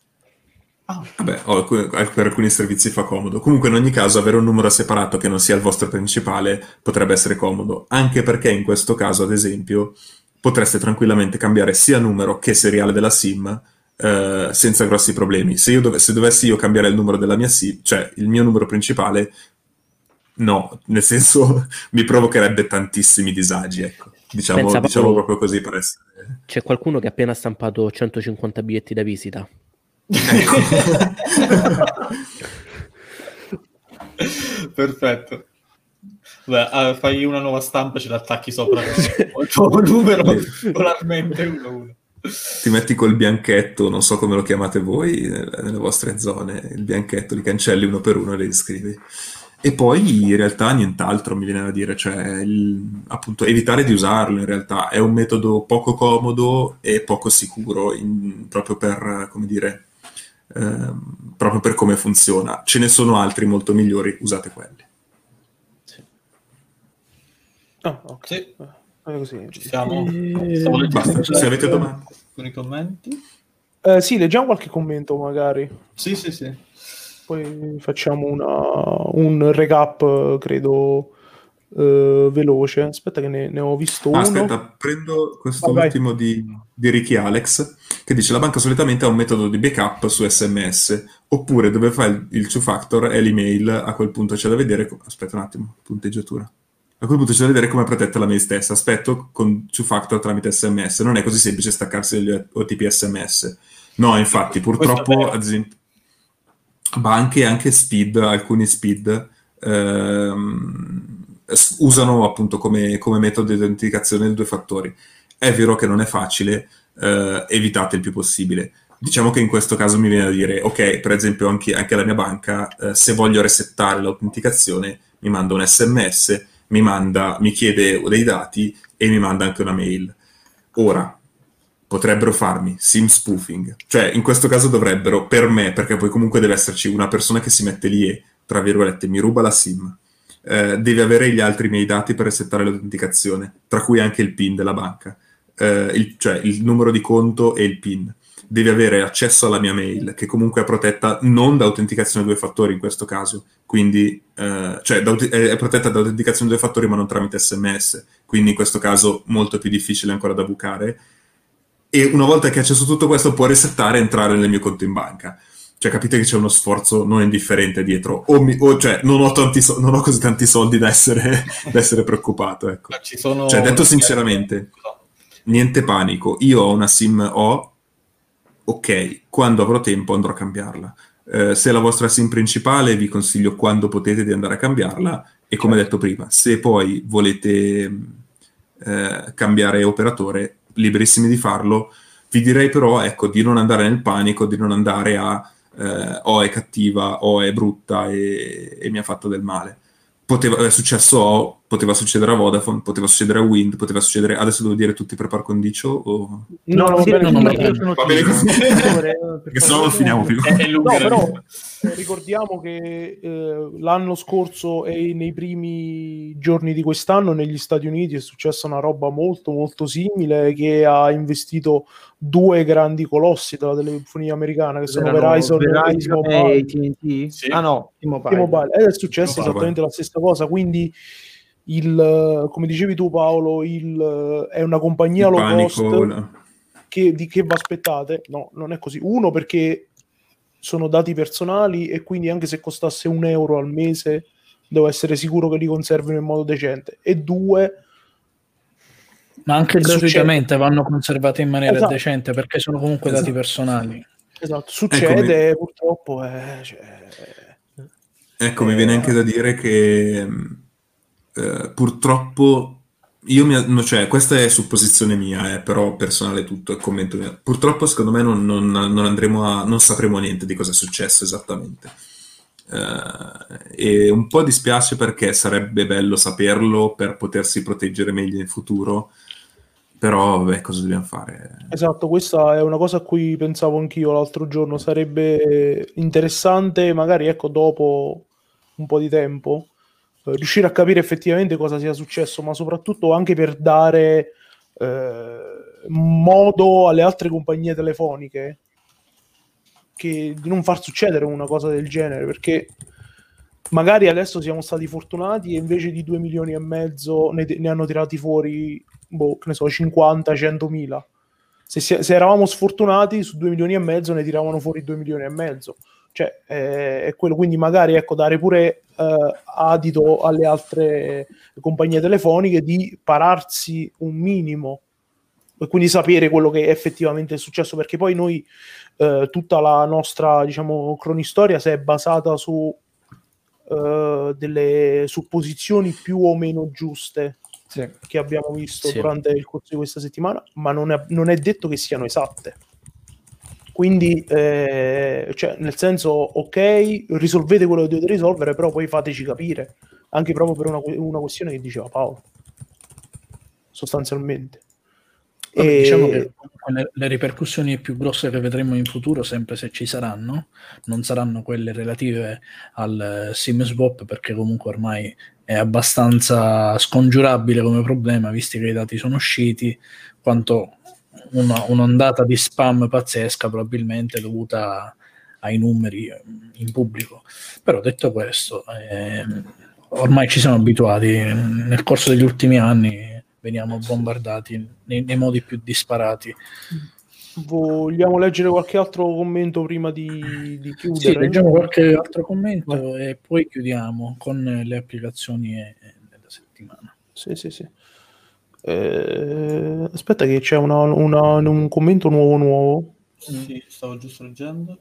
Vabbè, per alcuni servizi fa comodo. Comunque in ogni caso avere un numero separato che non sia il vostro principale potrebbe essere comodo, anche perché in questo caso ad esempio potreste tranquillamente cambiare sia numero che seriale della SIM senza grossi problemi. Se dovessi io cambiare il numero della mia SIM, cioè il mio numero principale, no, nel senso mi provocherebbe tantissimi disagi, ecco. Diciamo proprio così per essere. C'è qualcuno che ha appena stampato 150 biglietti da visita. Ecco. Perfetto. Beh, fai una nuova stampa e ce l'attacchi sopra il tuo numero regolarmente 1-1. Ti metti col bianchetto, non so come lo chiamate voi nelle vostre zone, il bianchetto, li cancelli uno per uno e li iscrivi. E poi in realtà nient'altro mi viene da dire, cioè appunto evitare di usarlo in realtà è un metodo poco comodo e poco sicuro proprio per, come dire, proprio per come funziona. Ce ne sono altri molto migliori, usate quelli. Sì. Ok. Sì. Così. Basta, se avete domande. Con i commenti? Sì, leggiamo qualche commento magari. Sì. Poi facciamo un recap, credo, veloce. Aspetta che ne ho visto uno. Aspetta, prendo questo ultimo di Ricky Alex, che dice: la banca solitamente ha un metodo di backup su SMS, oppure dove fa il two-factor è l'email. A quel punto c'è da vedere... Aspetta un attimo, punteggiatura. A quel punto c'è da vedere come è protetta la mail stessa. Aspetto con two-factor tramite SMS. Non è così semplice staccarsi degli OTP SMS. No, infatti, purtroppo, ad esempio, banche e anche SPID, alcuni SPID, usano appunto come metodo di autenticazione il 2 fattori. È vero che non è facile, evitate il più possibile. Diciamo che in questo caso mi viene da dire, ok, per esempio anche la mia banca, se voglio resettare l'autenticazione, mi manda un SMS, mi chiede dei dati e mi manda anche una mail. Ora, potrebbero farmi SIM spoofing, cioè in questo caso dovrebbero, per me, perché poi comunque deve esserci una persona che si mette lì e, tra virgolette, mi ruba la SIM, deve avere gli altri miei dati per resettare l'autenticazione, tra cui anche il PIN della banca, cioè il numero di conto e il PIN. Deve avere accesso alla mia mail, che comunque è protetta non da autenticazione a due fattori in questo caso, quindi cioè è protetta da autenticazione a due fattori ma non tramite SMS, quindi in questo caso molto più difficile ancora da bucare. E una volta che ha accesso a tutto questo può resettare e entrare nel mio conto in banca. Cioè capite che c'è uno sforzo non indifferente dietro, cioè non ho così tanti soldi da essere preoccupato, ecco. Cioè detto sinceramente, niente panico, io ho una SIM ok, quando avrò tempo andrò a cambiarla. Se è la vostra SIM principale vi consiglio quando potete di andare a cambiarla, e come detto prima, se poi volete cambiare operatore, liberissimi di farlo. Vi direi però, ecco, di non andare nel panico, di non andare a o è cattiva o è brutta e mi ha fatto del male. È successo poteva succedere a Vodafone, poteva succedere a Wind, poteva succedere... Adesso devo dire tutti per par condicio o... No, va bene così. Perché se no non finiamo più. No, però ricordiamo che l'anno scorso e nei primi giorni di quest'anno negli Stati Uniti è successa una roba molto molto simile, che ha investito due grandi colossi della telefonia americana, che sono Verizon e AT&T. Sì. Ah no, T-Mobile. Ed è successa esattamente la stessa cosa, quindi come dicevi tu Paolo, è una compagnia low cost che va aspettate. No, non è così. Uno, perché sono dati personali e quindi anche se costasse €1 al mese devo essere sicuro che li conservino in modo decente. E due, ma anche gratuitamente vanno conservati in maniera decente, perché sono comunque dati personali. Esatto, succede purtroppo. Ecco, mi viene anche da dire che purtroppo cioè, questa è supposizione mia, però personale tutto, è commento mio. Purtroppo secondo me non sapremo niente di cosa è successo esattamente. E un po' dispiace, perché sarebbe bello saperlo per potersi proteggere meglio in futuro, però vabbè, cosa dobbiamo fare? Esatto, questa è una cosa a cui pensavo anch'io l'altro giorno. Sarebbe interessante, magari ecco, dopo un po' di tempo, riuscire a capire effettivamente cosa sia successo, ma soprattutto anche per dare modo alle altre compagnie telefoniche di non far succedere una cosa del genere, perché magari adesso siamo stati fortunati e invece di 2,5 milioni ne hanno tirati fuori, che ne so, 50, 100.000. Se eravamo sfortunati, su 2,5 milioni ne tiravano fuori 2,5 milioni. Cioè, è quello. Quindi magari, ecco, dare pure adito alle altre compagnie telefoniche di pararsi un minimo e quindi sapere quello che effettivamente è successo, perché poi noi tutta la nostra, diciamo, cronistoria si è basata su delle supposizioni più o meno giuste che abbiamo visto durante il corso di questa settimana, ma non è detto che siano esatte. Quindi, cioè, nel senso, ok, risolvete quello che dovete risolvere, però poi fateci capire, anche proprio per una questione che diceva Paolo, sostanzialmente. Vabbè, diciamo che le ripercussioni più grosse che vedremo in futuro, sempre se ci saranno, non saranno quelle relative al SIM swap, perché comunque ormai è abbastanza scongiurabile come problema, visti che i dati sono usciti, quanto un'ondata di spam pazzesca, probabilmente dovuta ai numeri in pubblico. Però detto questo, ormai ci siamo abituati, nel corso degli ultimi anni veniamo bombardati nei modi più disparati. Vogliamo leggere qualche altro commento prima di chiudere? Sì, leggiamo qualche altro commento e poi chiudiamo con le applicazioni della settimana. Sì. Aspetta che c'è un commento nuovo. Sì, stavo giusto leggendo.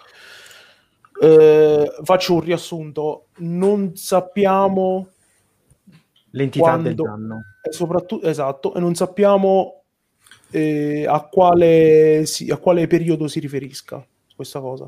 Faccio un riassunto. Non sappiamo l'entità del danno. E soprattutto, esatto, e non sappiamo a quale periodo si riferisca questa cosa,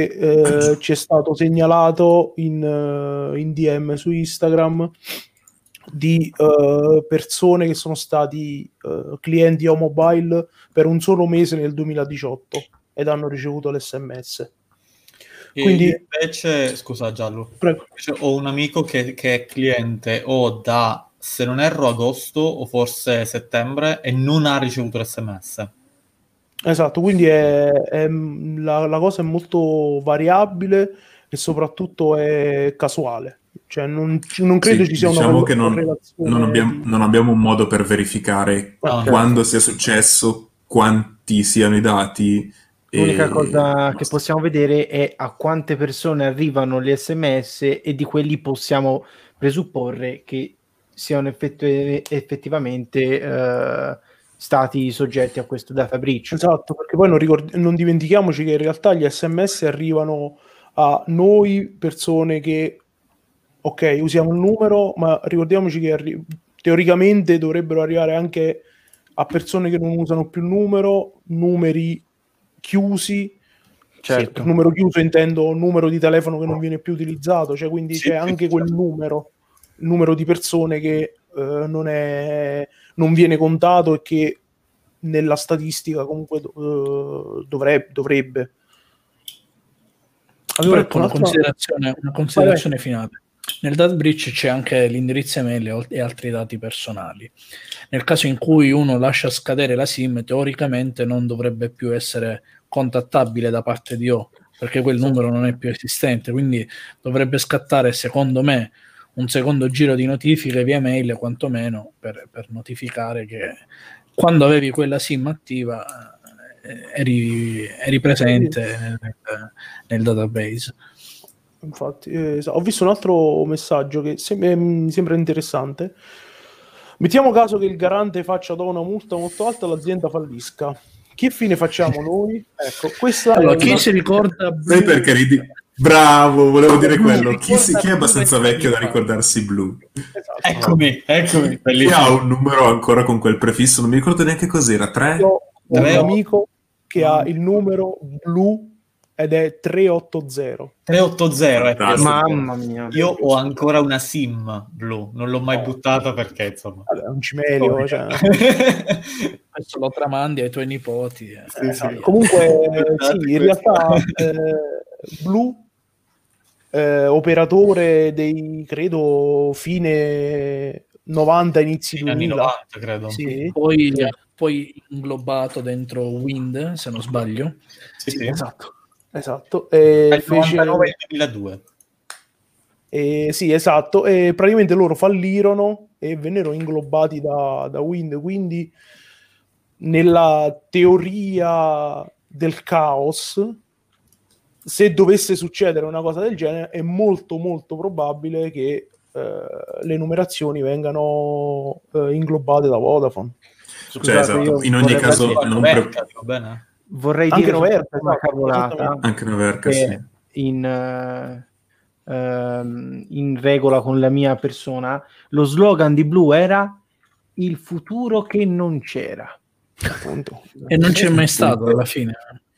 perché ci è stato segnalato in DM su Instagram di persone che sono stati clienti O-Mobile per un solo mese nel 2018 ed hanno ricevuto l'SMS. Quindi io invece, scusa Giallo, invece ho un amico che è cliente da, se non erro, agosto o forse settembre e non ha ricevuto l'SMS. Esatto, quindi la cosa è molto variabile e soprattutto è casuale. Cioè non credo ci sia diciamo una che non abbiamo un modo per verificare quando sia successo, quanti siano i dati. L'unica cosa che possiamo vedere è a quante persone arrivano gli SMS e di quelli possiamo presupporre che siano effettivamente stati soggetti a questo data breach. Esatto, perché poi non dimentichiamoci che in realtà gli SMS arrivano a noi persone che usiamo un numero, ma ricordiamoci che teoricamente dovrebbero arrivare anche a persone che non usano più il numeri chiusi. Certo. Sì, numero chiuso intendo numero di telefono che non viene più utilizzato, cioè quindi c'è anche quel numero di persone che non viene contato e che nella statistica comunque dovrebbe. Allora, una considerazione finale. Nel data breach c'è anche l'indirizzo email e altri dati personali. Nel caso in cui uno lascia scadere la SIM, teoricamente non dovrebbe più essere contattabile da parte di O, perché quel numero non è più esistente, quindi dovrebbe scattare, secondo me, un secondo giro di notifiche via mail, quantomeno, per notificare che quando avevi quella SIM attiva eri presente nel database. Infatti, ho visto un altro messaggio che mi sembra interessante. Mettiamo caso che il garante faccia una multa molto alta e l'azienda fallisca. Che fine facciamo noi? Ecco, questa allora, chi si ricorda Blue? Perché ridi? Bravo, volevo dire quello. Chi è abbastanza vecchio da ricordarsi Blue? Esatto. Eccomi. Chi ha un numero ancora con quel prefisso? Non mi ricordo neanche cos'era. 3? Io ho un amico che ha il numero Blue ed è 380. 380, mamma mia. Io ho ancora una SIM Blue, non l'ho mai buttata perché insomma è un cimelio, cioè. Adesso lo tramandi ai tuoi nipoti. Sì. Comunque sì, in realtà Blue operatore dei credo fine 90 inizi 2000 anni 90 credo. Sì. Poi inglobato dentro Wind, se non sbaglio. Sì. Esatto. Nel 99 e 2002. Sì, esatto. E praticamente loro fallirono e vennero inglobati da Wind. Quindi, nella teoria del caos, se dovesse succedere una cosa del genere, è molto, molto probabile che le numerazioni vengano inglobate da Vodafone. Scusate, esatto. In ogni caso, non bene. Vorrei anche dire Noverca, una cavolata. Anche Noverca, sì. In regola con la mia persona, lo slogan di Blue era il futuro che non c'era. Appunto. E non c'è mai stato alla fine.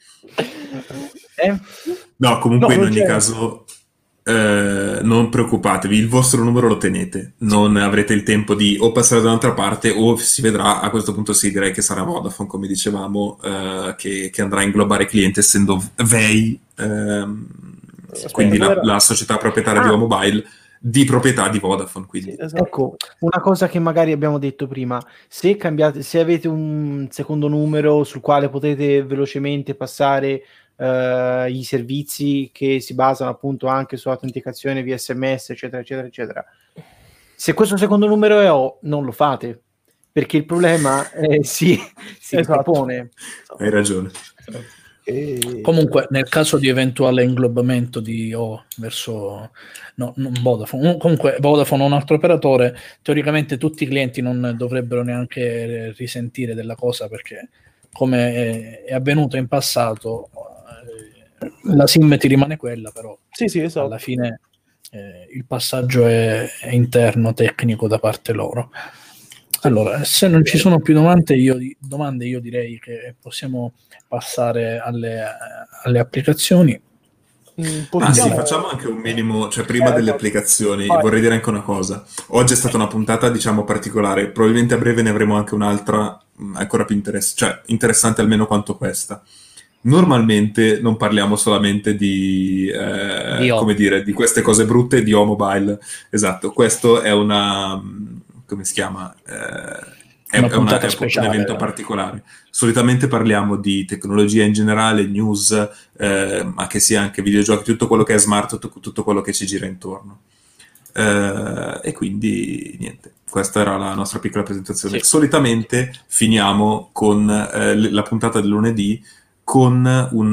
No, comunque in ogni caso non preoccupatevi, il vostro numero lo tenete, non avrete il tempo di o passare da un'altra parte o si vedrà. A questo punto sì, direi che sarà Vodafone, come dicevamo, che andrà a inglobare clienti, essendo VEI, quindi la società proprietaria di O-Mobile, di proprietà di Vodafone. Quindi. Sì, esatto. Ecco, una cosa che magari abbiamo detto prima: se avete un secondo numero sul quale potete velocemente passare i servizi che si basano appunto anche sull'autenticazione via SMS, eccetera, se questo secondo numero è O, non lo fate, perché il problema si ripone. Hai ragione. Comunque, nel caso di eventuale inglobamento di O verso non Vodafone, comunque Vodafone o un altro operatore, teoricamente tutti i clienti non dovrebbero neanche risentire della cosa, perché come è avvenuto in passato, la SIM ti rimane quella, però esatto. Alla fine il passaggio è interno, tecnico da parte loro. Allora, se non ci sono più domande, io direi che possiamo passare alle applicazioni. Sì, facciamo anche un minimo, cioè prima delle applicazioni vorrei dire anche una cosa. Oggi è stata una puntata, diciamo, particolare, probabilmente a breve ne avremo anche un'altra ancora più interessante almeno quanto questa. Normalmente non parliamo solamente come dire, di queste cose brutte di O-Mobile, esatto, questo è come si chiama? È un evento particolare. Solitamente parliamo di tecnologia in generale, news, ma che sia anche videogiochi, tutto quello che è smart, tutto quello che ci gira intorno. E quindi niente, questa era la nostra piccola presentazione. Sì. Solitamente finiamo con la puntata del lunedì con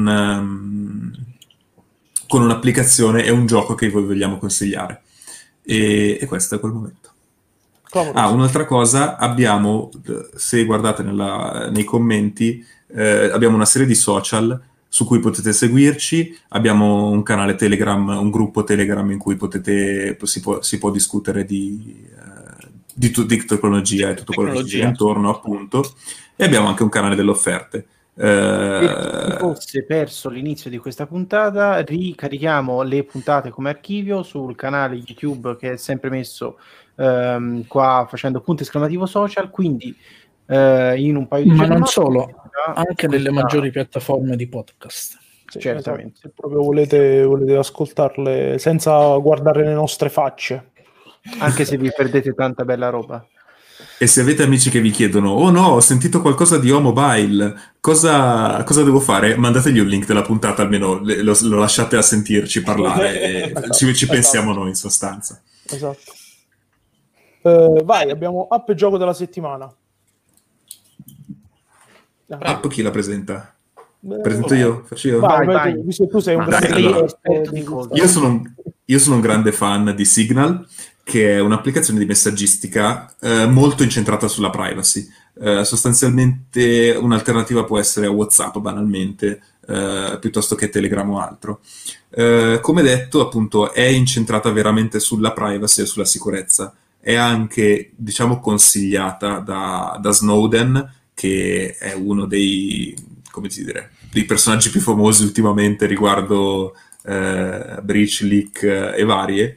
un'applicazione e un gioco che vi vogliamo consigliare. E questo è quel momento. Un'altra cosa, abbiamo, se guardate nei commenti, abbiamo una serie di social su cui potete seguirci, abbiamo un canale Telegram, un gruppo Telegram in cui si può discutere di tecnologia e tutto quello che ci gira intorno, appunto, e abbiamo anche un canale delle offerte. Per chi fosse perso l'inizio di questa puntata, ricarichiamo le puntate come archivio sul canale YouTube che è sempre messo qua facendo punto esclamativo social, quindi in un paio di giorni. Ma non solo, anche nelle maggiori piattaforme di podcast. Sì, certamente. Se proprio volete ascoltarle senza guardare le nostre facce. Anche se vi perdete tanta bella roba. E se avete amici che vi chiedono oh no, ho sentito qualcosa di O-Mobile, cosa devo fare? Mandategli un link della puntata, almeno lo lasciate a sentirci parlare e ci pensiamo noi in sostanza. Esatto. Vai, abbiamo app e gioco della settimana. App chi la presenta? Presento io? Faccio io? Vai. Visto che tu sei un grande io sono un grande fan di Signal, che è un'applicazione di messaggistica molto incentrata sulla privacy. Sostanzialmente un'alternativa può essere a WhatsApp, banalmente, piuttosto che Telegram o altro. Come detto, appunto, è incentrata veramente sulla privacy e sulla sicurezza. È anche, diciamo, consigliata da Snowden, che è uno dei personaggi più famosi ultimamente riguardo breach, leak e varie.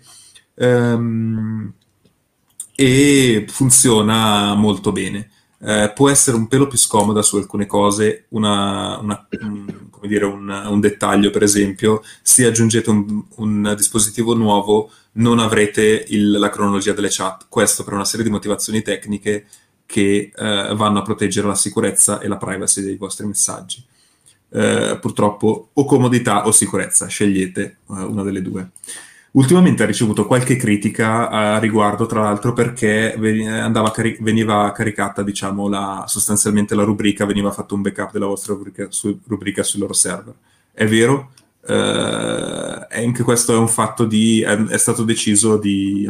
E funziona molto bene. Può essere un pelo più scomoda su alcune cose. Un dettaglio, per esempio: se aggiungete un dispositivo nuovo non avrete la cronologia delle chat. Questo per una serie di motivazioni tecniche che vanno a proteggere la sicurezza e la privacy dei vostri messaggi. Purtroppo o comodità o sicurezza, scegliete una delle due. Ultimamente ha ricevuto qualche critica a riguardo, tra l'altro, perché veniva caricata, diciamo, sostanzialmente la rubrica, veniva fatto un backup della vostra rubrica sui loro server. È vero, anche questo è un fatto è stato deciso di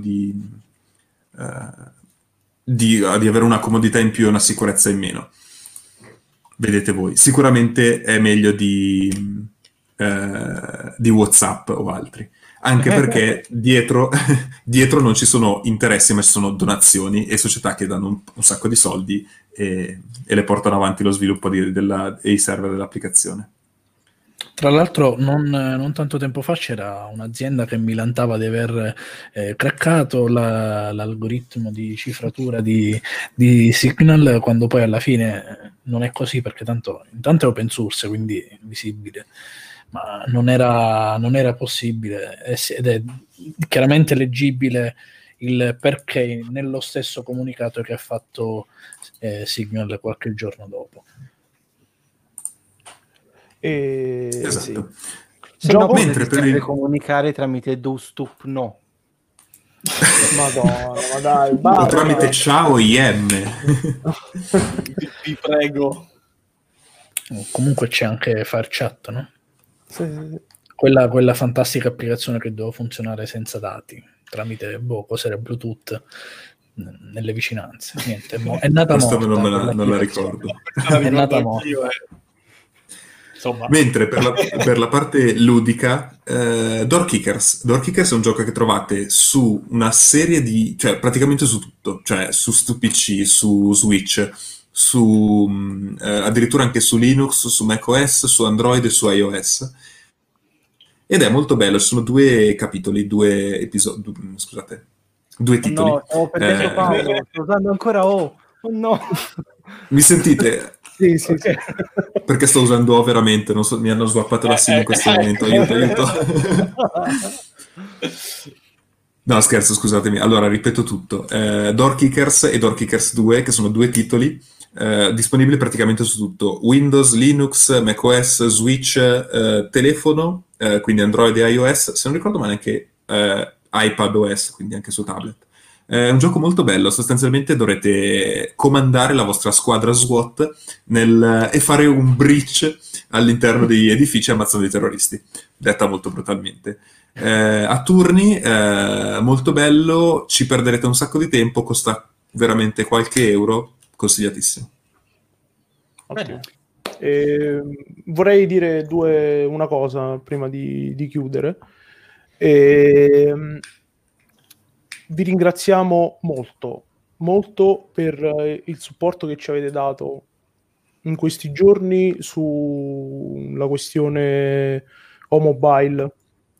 avere una comodità in più e una sicurezza in meno. Vedete voi. Sicuramente è meglio di WhatsApp o altri. Anche perché dietro non ci sono interessi, ma ci sono donazioni e società che danno un sacco di soldi e le portano avanti lo sviluppo dei server dell'applicazione. Tra l'altro non tanto tempo fa c'era un'azienda che milantava di aver craccato l'algoritmo di cifratura di Signal, quando poi alla fine non è così, perché intanto è open source, quindi è visibile. Ma non era possibile, ed è chiaramente leggibile il perché nello stesso comunicato che ha fatto Signal qualche giorno dopo. Esatto. Sì. Mentre per comunicare tramite DoStup no. Madonna, ma dai, o tramite ciao IM. Vi prego. Comunque c'è anche FireChat, no? Sì. Quella fantastica applicazione che doveva funzionare senza dati, tramite cos'era, Bluetooth nelle vicinanze. Niente, è nata morta. Questo non la ricordo. È nata morta. Insomma. Mentre per la parte ludica, Door Kickers è un gioco che trovate su una serie cioè praticamente su tutto, cioè su PC, su Switch, addirittura anche su Linux, su macOS, su Android e su iOS. ed è molto bello. Ci sono 2 capitoli, 2 episodi, scusate, 2 titoli. No, ho perso Paolo, sto usando ancora O. Oh no. Mi sentite? Sì. Perché sto usando O veramente, non so, mi hanno swappato la SIM in questo momento, aiuto. No, scherzo, scusatemi. Allora, ripeto tutto. Door Kickers e Door Kickers 2, che sono 2 titoli disponibili praticamente su tutto. Windows, Linux, macOS, Switch, telefono, quindi Android e iOS, se non ricordo male anche iPadOS, quindi anche su tablet. È un gioco molto bello, sostanzialmente dovrete comandare la vostra squadra SWAT e fare un breach all'interno degli edifici ammazzando i terroristi, detta molto brutalmente. A turni, molto bello, ci perderete un sacco di tempo, costa veramente qualche euro, consigliatissimo. Bene. Vorrei dire una cosa prima di chiudere. Vi ringraziamo molto per il supporto che ci avete dato in questi giorni sulla questione O-Mobile.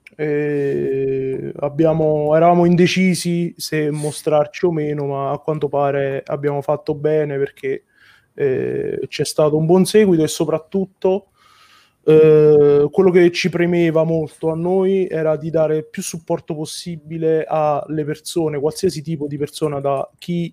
Eravamo indecisi se mostrarci o meno, ma a quanto pare abbiamo fatto bene, perché c'è stato un buon seguito, e soprattutto quello che ci premeva molto a noi era di dare più supporto possibile alle persone, qualsiasi tipo di persona, da chi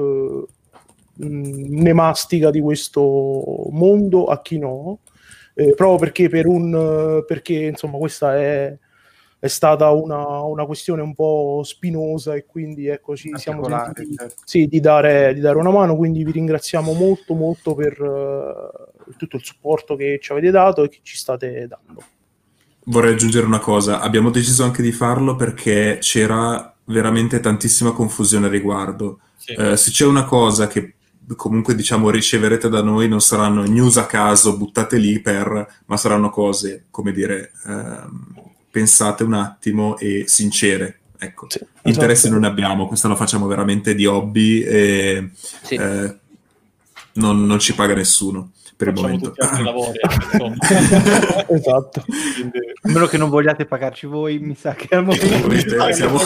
ne mastica di questo mondo a chi no, proprio perché insomma questa è stata una questione un po' spinosa, e quindi ecco, ci siamo sentiti di dare una mano. Quindi vi ringraziamo molto per tutto il supporto che ci avete dato e che ci state dando. Vorrei aggiungere una cosa: abbiamo deciso anche di farlo perché c'era veramente tantissima confusione a riguardo. Sì. Se c'è una cosa che comunque diciamo riceverete da noi, non saranno news a caso buttate lì ma saranno cose, come dire, pensate un attimo e sincere, ecco. Sì, interessi non ne abbiamo, questo lo facciamo veramente di hobby e sì. Non ci paga nessuno per facciamo il momento. Tutti altri lavori, esatto. A meno che non vogliate pagarci voi, mi sa che al momento siamo...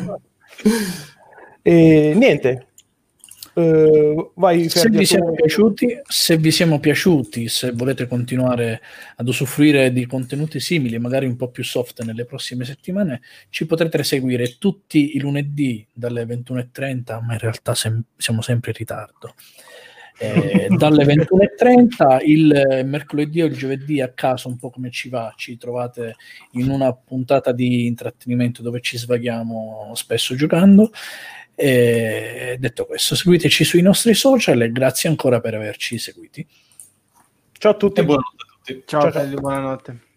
niente. Vai, se vi siamo piaciuti, se volete continuare ad usufruire di contenuti simili, magari un po' più soft nelle prossime settimane, ci potrete seguire tutti i lunedì dalle 21:30, ma in realtà siamo sempre in ritardo. Dalle 21:30 il mercoledì o il giovedì, a caso, un po' come ci va, ci trovate in una puntata di intrattenimento dove ci svaghiamo spesso giocando. E detto questo, seguiteci sui nostri social e grazie ancora per averci seguiti. Ciao a tutti e buonanotte a tutti. Ciao. Buonanotte.